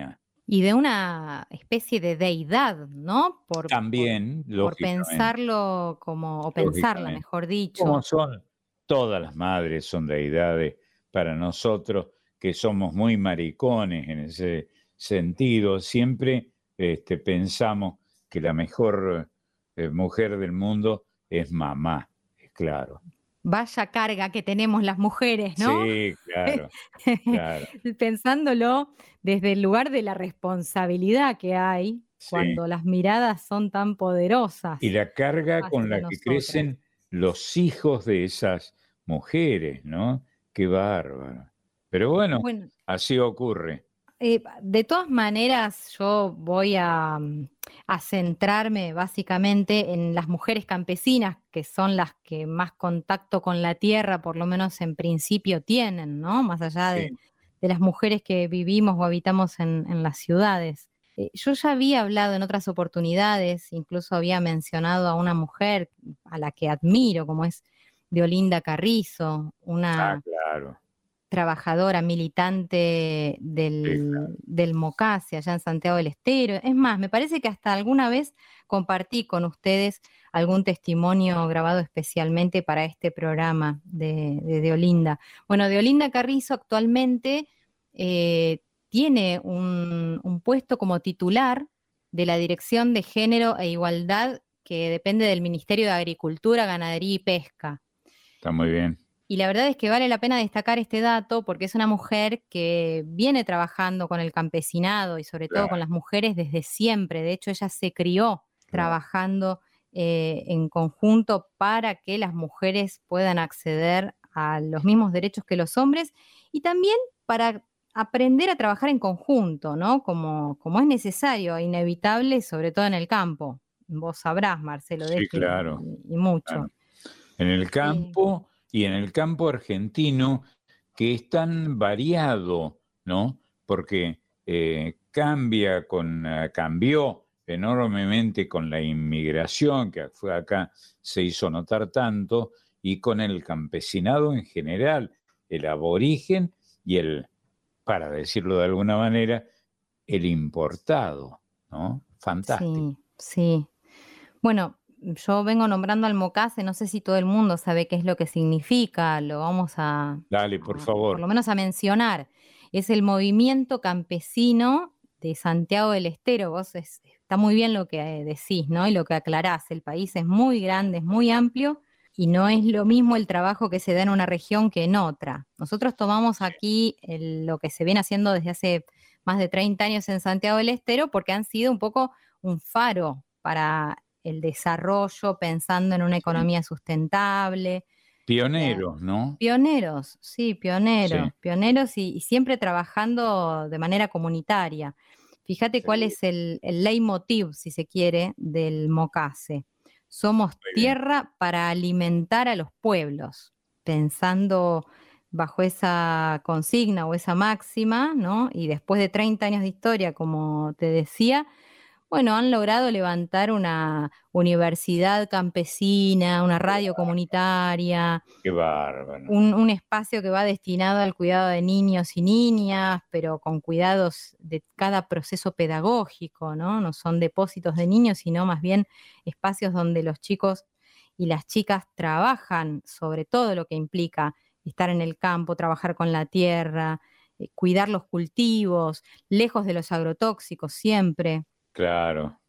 Y de una especie de deidad, ¿no? También, por lógicamente. pensarlo como, o pensarla, Lógicamente. mejor dicho. Como son todas las madres, son deidades para nosotros que somos muy maricones en ese sentido. Siempre pensamos que la mejor mujer del mundo es mamá, es claro. Vaya carga que tenemos las mujeres, ¿no? Sí, claro, claro. Pensándolo desde el lugar de la responsabilidad que hay Sí. cuando las miradas son tan poderosas. Y la carga con hacia la que nosotras. crecen los hijos de esas mujeres, ¿no? Qué bárbaro. Pero bueno, Bueno, así ocurre. de todas maneras, yo voy a centrarme básicamente en las mujeres campesinas, que son las que más contacto con la tierra, por lo menos en principio, tienen, ¿no? Más allá de las mujeres que vivimos o habitamos en las ciudades. Yo ya había hablado en otras oportunidades, incluso había mencionado a una mujer a la que admiro, como es Deolinda Carrizo, una Claro. trabajadora, militante del MOCASE allá en Santiago del Estero. Es más, me parece que hasta alguna vez compartí con ustedes algún testimonio grabado especialmente para este programa de Deolinda. Bueno, Deolinda Carrizo actualmente tiene un puesto como titular de la Dirección de Género e Igualdad que depende del Ministerio de Agricultura, Ganadería y Pesca. Está muy bien. Y la verdad es que vale la pena destacar este dato porque es una mujer que viene trabajando con el campesinado y sobre todo con las mujeres desde siempre. De hecho, ella se crió trabajando en conjunto para que las mujeres puedan acceder a los mismos derechos que los hombres y también para aprender a trabajar en conjunto, ¿no? Como es necesario e inevitable, sobre todo en el campo. Vos sabrás, Marcelo, de Sí, esto claro. y mucho. Claro. En el campo y en el campo argentino, que es tan variado, ¿no? Porque cambió enormemente con la inmigración, que fue acá, se hizo notar tanto, y con el campesinado en general, el aborigen y para decirlo de alguna manera, el importado, ¿no? Fantástico. Sí. Bueno, yo vengo nombrando al MOCASE, no sé si todo el mundo sabe qué es lo que significa, lo vamos a... Dale, por por favor. lo menos a mencionar. Es el movimiento campesino de Santiago del Estero. Está muy bien lo que decís, ¿no? Y lo que aclarás. El país es muy grande, es muy amplio y no es lo mismo el trabajo que se da en una región que en otra. Nosotros tomamos aquí lo que se viene haciendo desde hace más de 30 años en Santiago del Estero porque han sido un poco un faro para el desarrollo, pensando en una economía sustentable. Pioneros, ¿no? Pioneros, sí, pioneros. Sí. Pioneros y siempre trabajando de manera comunitaria. Fíjate cuál es el leitmotiv, si se quiere, del MOCASE. Somos tierra para alimentar a los pueblos, pensando bajo esa consigna o esa máxima, ¿no? Y después de 30 años de historia, como te decía, bueno, han logrado levantar una universidad campesina, una radio comunitaria. Qué bárbaro. Un espacio que va destinado al cuidado de niños y niñas, pero con cuidados de cada proceso pedagógico, ¿no? No son depósitos de niños, sino más bien espacios donde los chicos y las chicas trabajan sobre todo lo que implica estar en el campo, trabajar con la tierra, cuidar los cultivos, lejos de los agrotóxicos siempre. Claro.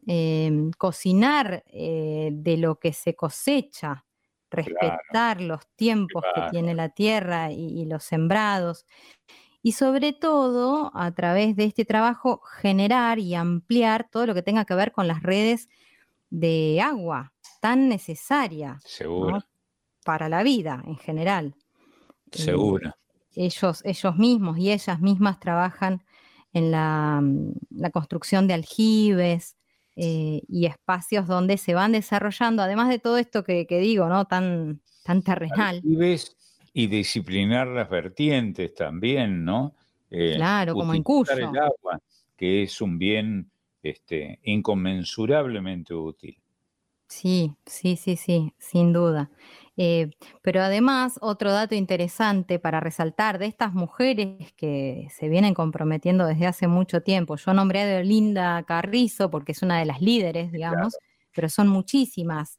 Cocinar de lo que se cosecha, respetar los tiempos que tiene la tierra y los sembrados. Y sobre todo, a través de este trabajo, generar y ampliar todo lo que tenga que ver con las redes de agua tan necesarias, Seguro. ¿no? Para la vida en general. Seguro. Ellos mismos y ellas mismas trabajan en la construcción de aljibes y espacios donde se van desarrollando, además de todo esto que digo, ¿no? Tan terrenal. Aljibes y disciplinar las vertientes también, ¿no? Claro, como en utilizar Cuyo. el agua, que es un bien inconmensurablemente útil. Sí, sin duda. Pero además, otro dato interesante para resaltar de estas mujeres que se vienen comprometiendo desde hace mucho tiempo. Yo nombré a Linda Carrizo porque es una de las líderes, digamos, pero son muchísimas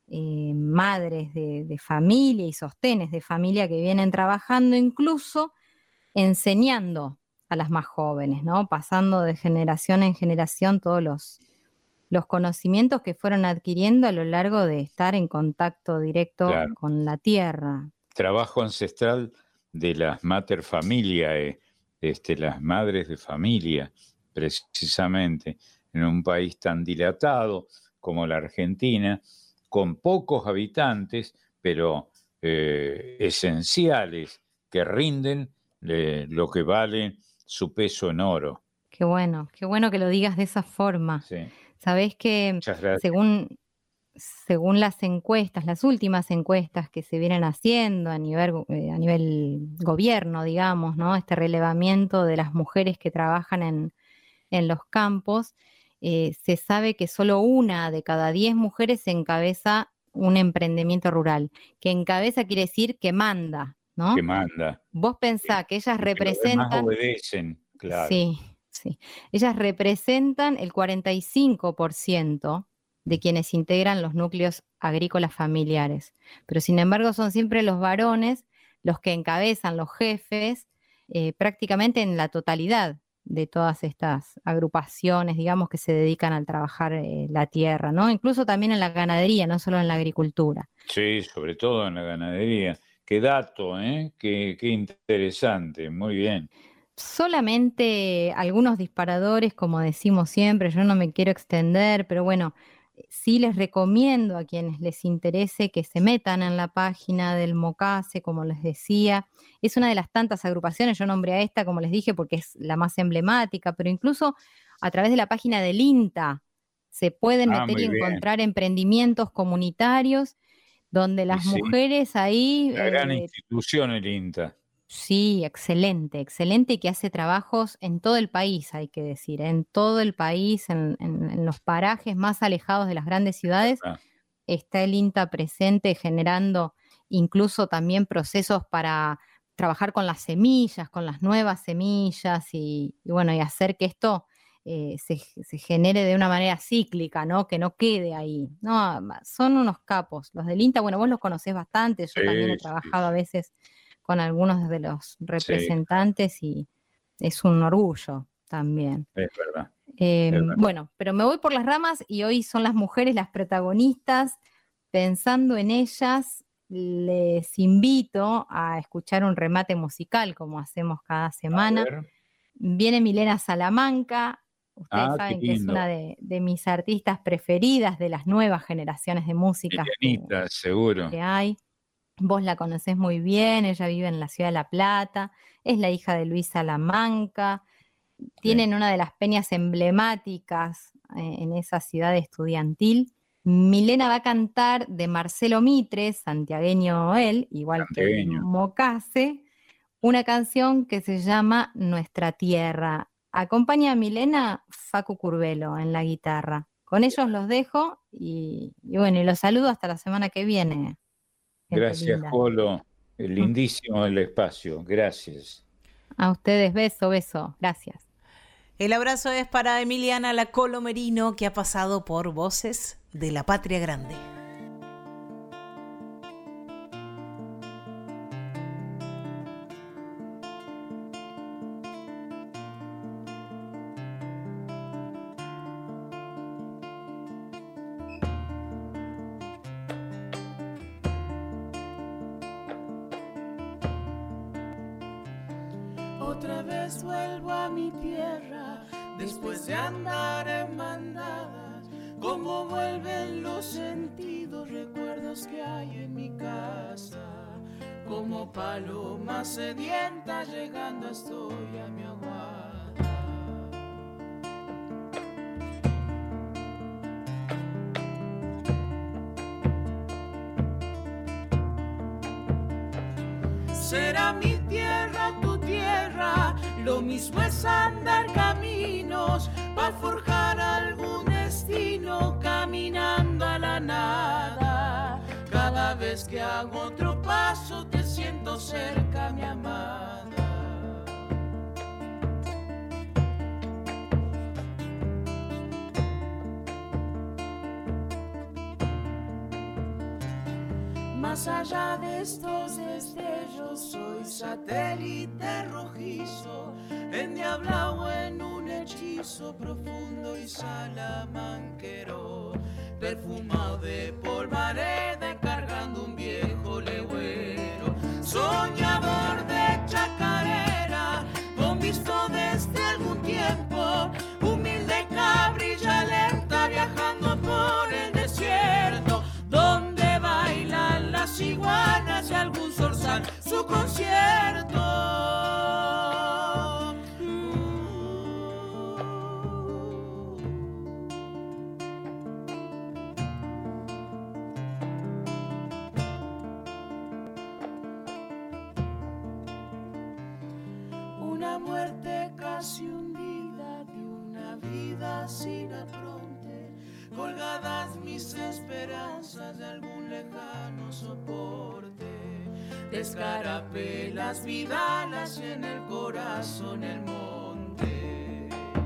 madres de familia y sostenes de familia que vienen trabajando, incluso enseñando a las más jóvenes, ¿no? Pasando de generación en generación todos los conocimientos que fueron adquiriendo a lo largo de estar en contacto directo con la tierra. Trabajo ancestral de las mater familiae, las madres de familia, precisamente, en un país tan dilatado como la Argentina, con pocos habitantes, pero esenciales, que rinden lo que vale su peso en oro. Qué bueno que lo digas de esa forma. Sí. Sabés que según las encuestas, las últimas encuestas que se vienen haciendo a nivel gobierno, digamos, ¿no? Este relevamiento de las mujeres que trabajan en los campos, se sabe que solo 1 de cada 10 mujeres encabeza un emprendimiento rural. Que encabeza quiere decir que manda, ¿no? Que manda. Vos pensá que ellas representan... Los demás obedecen, claro. Sí. Ellas representan el 45% de quienes integran los núcleos agrícolas familiares. Pero sin embargo son siempre los varones los que encabezan, los jefes, prácticamente en la totalidad de todas estas agrupaciones, digamos, que se dedican al trabajar la tierra, ¿no? Incluso también en la ganadería, no solo en la agricultura. Sí, sobre todo en la ganadería. Qué dato, qué interesante, muy bien. Solamente algunos disparadores, como decimos siempre, yo no me quiero extender, pero bueno, sí les recomiendo a quienes les interese que se metan en la página del MOCASE, como les decía. Es una de las tantas agrupaciones, yo nombré a esta, como les dije, porque es la más emblemática, pero incluso a través de la página del INTA se pueden meter y encontrar emprendimientos comunitarios donde las mujeres ahí... La gran institución, el INTA. Sí, excelente, y que hace trabajos en todo el país, hay que decir, en todo el país, en los parajes más alejados de las grandes ciudades, está el INTA presente generando incluso también procesos para trabajar con las semillas, con las nuevas semillas y bueno, y hacer que esto se genere de una manera cíclica, ¿no? Que no quede ahí. No, son unos capos. Los del INTA, bueno, vos los conocés bastante, yo también he trabajado a veces con algunos de los representantes y es un orgullo también. Es verdad. Bueno, pero me voy por las ramas y hoy son las mujeres las protagonistas. Pensando en ellas, les invito a escuchar un remate musical como hacemos cada semana. Viene Milena Salamanca. Ustedes saben que es una de mis artistas preferidas de las nuevas generaciones de música seguro que hay. Vos la conocés muy bien, ella vive en la ciudad de La Plata, es la hija de Luis Salamanca, tienen una de las peñas emblemáticas en esa ciudad estudiantil. Milena va a cantar de Marcelo Mitre, santiagueño él, igual que MOCASE, una canción que se llama Nuestra Tierra. Acompaña a Milena Facu Curbelo en la guitarra. Con ellos los dejo y bueno, y los saludo hasta la semana que viene. Gracias, Jolo. Lindísimo el espacio. Gracias. A ustedes, beso. Gracias. El abrazo es para Emiliana La Colo Merino, que ha pasado por Voces de la Patria Grande. Otra vez vuelvo a mi tierra, después de andar en bandadas, como vuelven los sentidos, recuerdos que hay en mi casa, como paloma sedienta llegando estoy a mi aguada. Será mi tierra tu tierra, lo mismo es andar caminos para forjar algún destino caminando a la nada. Cada Cada vez que hago otro paso te siento cerca, mi amada. Más allá de estos destellos, soy satélite rojizo, endiablado en un hechizo profundo y salamanquero, perfumado de polvareda, cargando un viejo legüero, soñador de chacarera, con visto desde algún tiempo, humilde cabrilla lenta, viajando por el desierto, donde bailan las iguanas y algún zorzal su concierto. Una muerte casi hundida de una vida sin apronte, colgadas mis esperanzas de algún lejano soporte, de escarapelas vidalas y en el corazón el monte.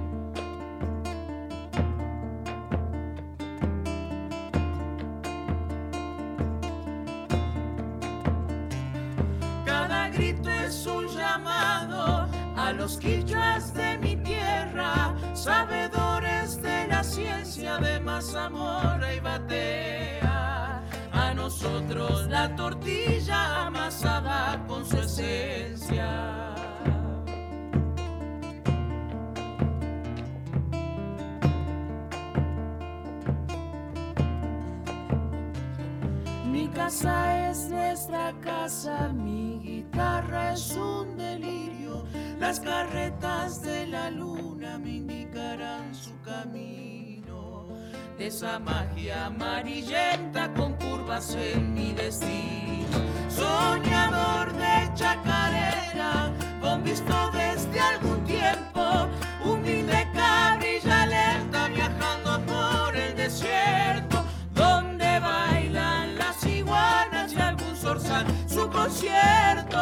Cada grito es un llamado a los quichuas de mi tierra, sabedores de la ciencia de mazamorra y batea. A nosotros la tortilla amasada con su esencia. Mi casa es nuestra casa, mi guitarra es un delirio, las carretas de la luna me indicarán su camino, de esa magia amarillenta con curvas en mi destino, soñador de chacarera, con visto desde algún tiempo, humilde cabrilla lenta, viajando por el desierto, donde bailan las iguanas y algún zorzal su concierto.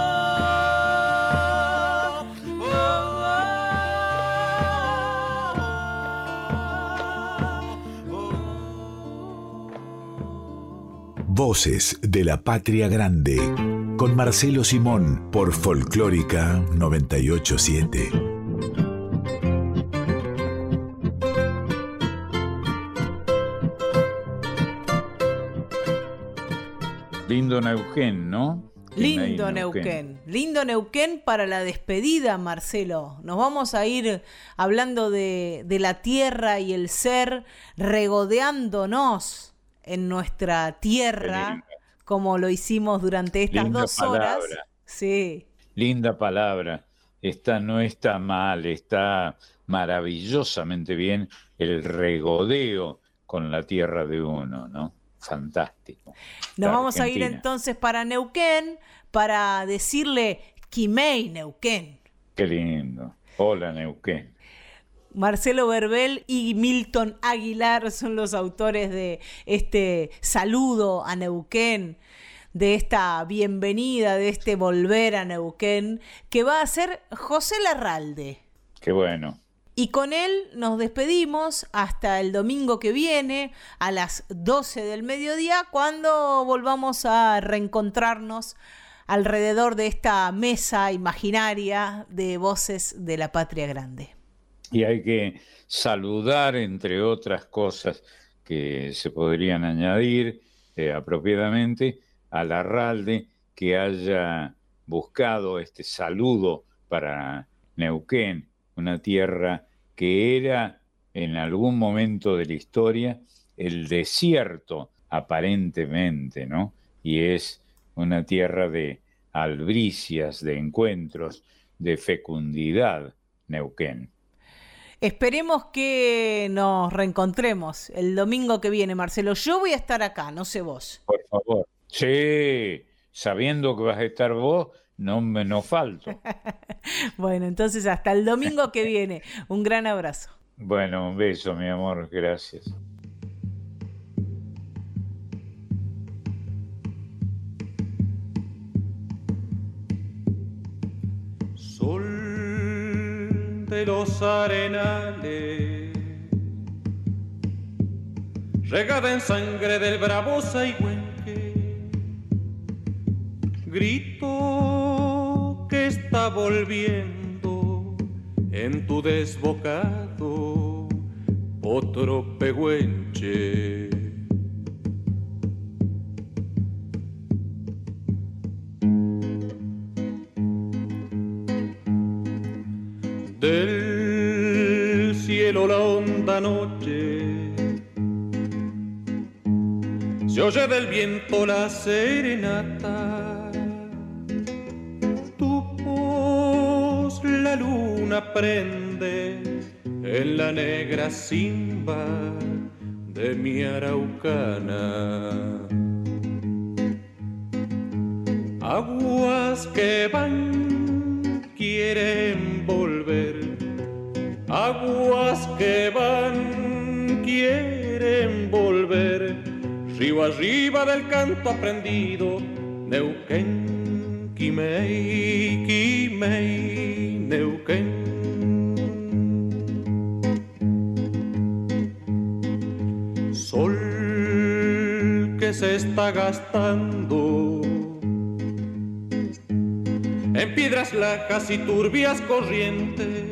Voces de la Patria Grande, con Marcelo Simón por Folclórica 987. Lindo Neuquén, ¿no? Lindo Neuquén, lindo Neuquén para la despedida, Marcelo. Nos vamos a ir hablando de la tierra y el ser, regodeándonos en nuestra tierra, como lo hicimos durante estas Linda 2 horas. palabra. Sí. Linda palabra. No está mal, está maravillosamente bien el regodeo con la tierra de uno, ¿no? Fantástico. Nos vamos a ir entonces para Neuquén para decirle Quimei Neuquén. Qué lindo. Hola Neuquén. Marcelo Verbel y Milton Aguilar son los autores de este saludo a Neuquén, de esta bienvenida, de este volver a Neuquén, que va a ser José Larralde. Qué bueno. Y con él nos despedimos hasta el domingo que viene a las 12 del mediodía, cuando volvamos a reencontrarnos alrededor de esta mesa imaginaria de Voces de la Patria Grande. Y hay que saludar, entre otras cosas que se podrían añadir apropiadamente, a Larralde, que haya buscado este saludo para Neuquén, una tierra que era en algún momento de la historia el desierto aparentemente, ¿no? Y es una tierra de albricias, de encuentros, de fecundidad, Neuquén. Esperemos que nos reencontremos el domingo que viene, Marcelo. Yo voy a estar acá, no sé vos. Por favor. Sí, sabiendo que vas a estar vos, no falto. Bueno, entonces hasta el domingo que viene. Un gran abrazo. Bueno, un beso, mi amor. Gracias. de los arenales, regada en sangre del bravo Saigüenque, grito que está volviendo en tu desbocado otro pehuenche. Del cielo la honda noche se oye del viento la serenata, tu voz la luna prende en la negra simba de mi araucana. Aguas que van quieren volver, aguas que van quieren volver, río arriba del canto aprendido, Neuquén, Quimei, Quimei, Neuquén. Sol que se está gastando en piedras lajas y turbias corrientes,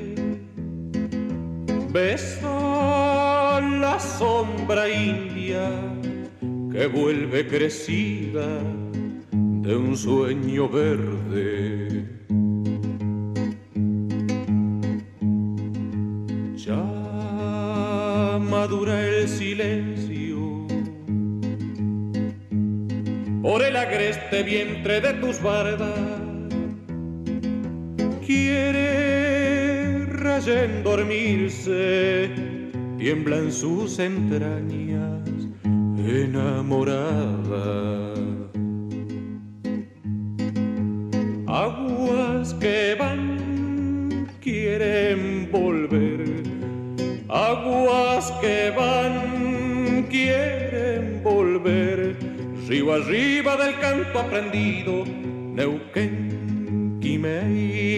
besa la sombra india que vuelve crecida de un sueño verde. Ya madura el silencio por el agreste vientre de tus bardas, quiere Rayén dormirse, tiembla en sus entrañas enamorada. Aguas que van quieren volver, aguas que van quieren volver, río arriba del canto aprendido, Neuquén, Quimei.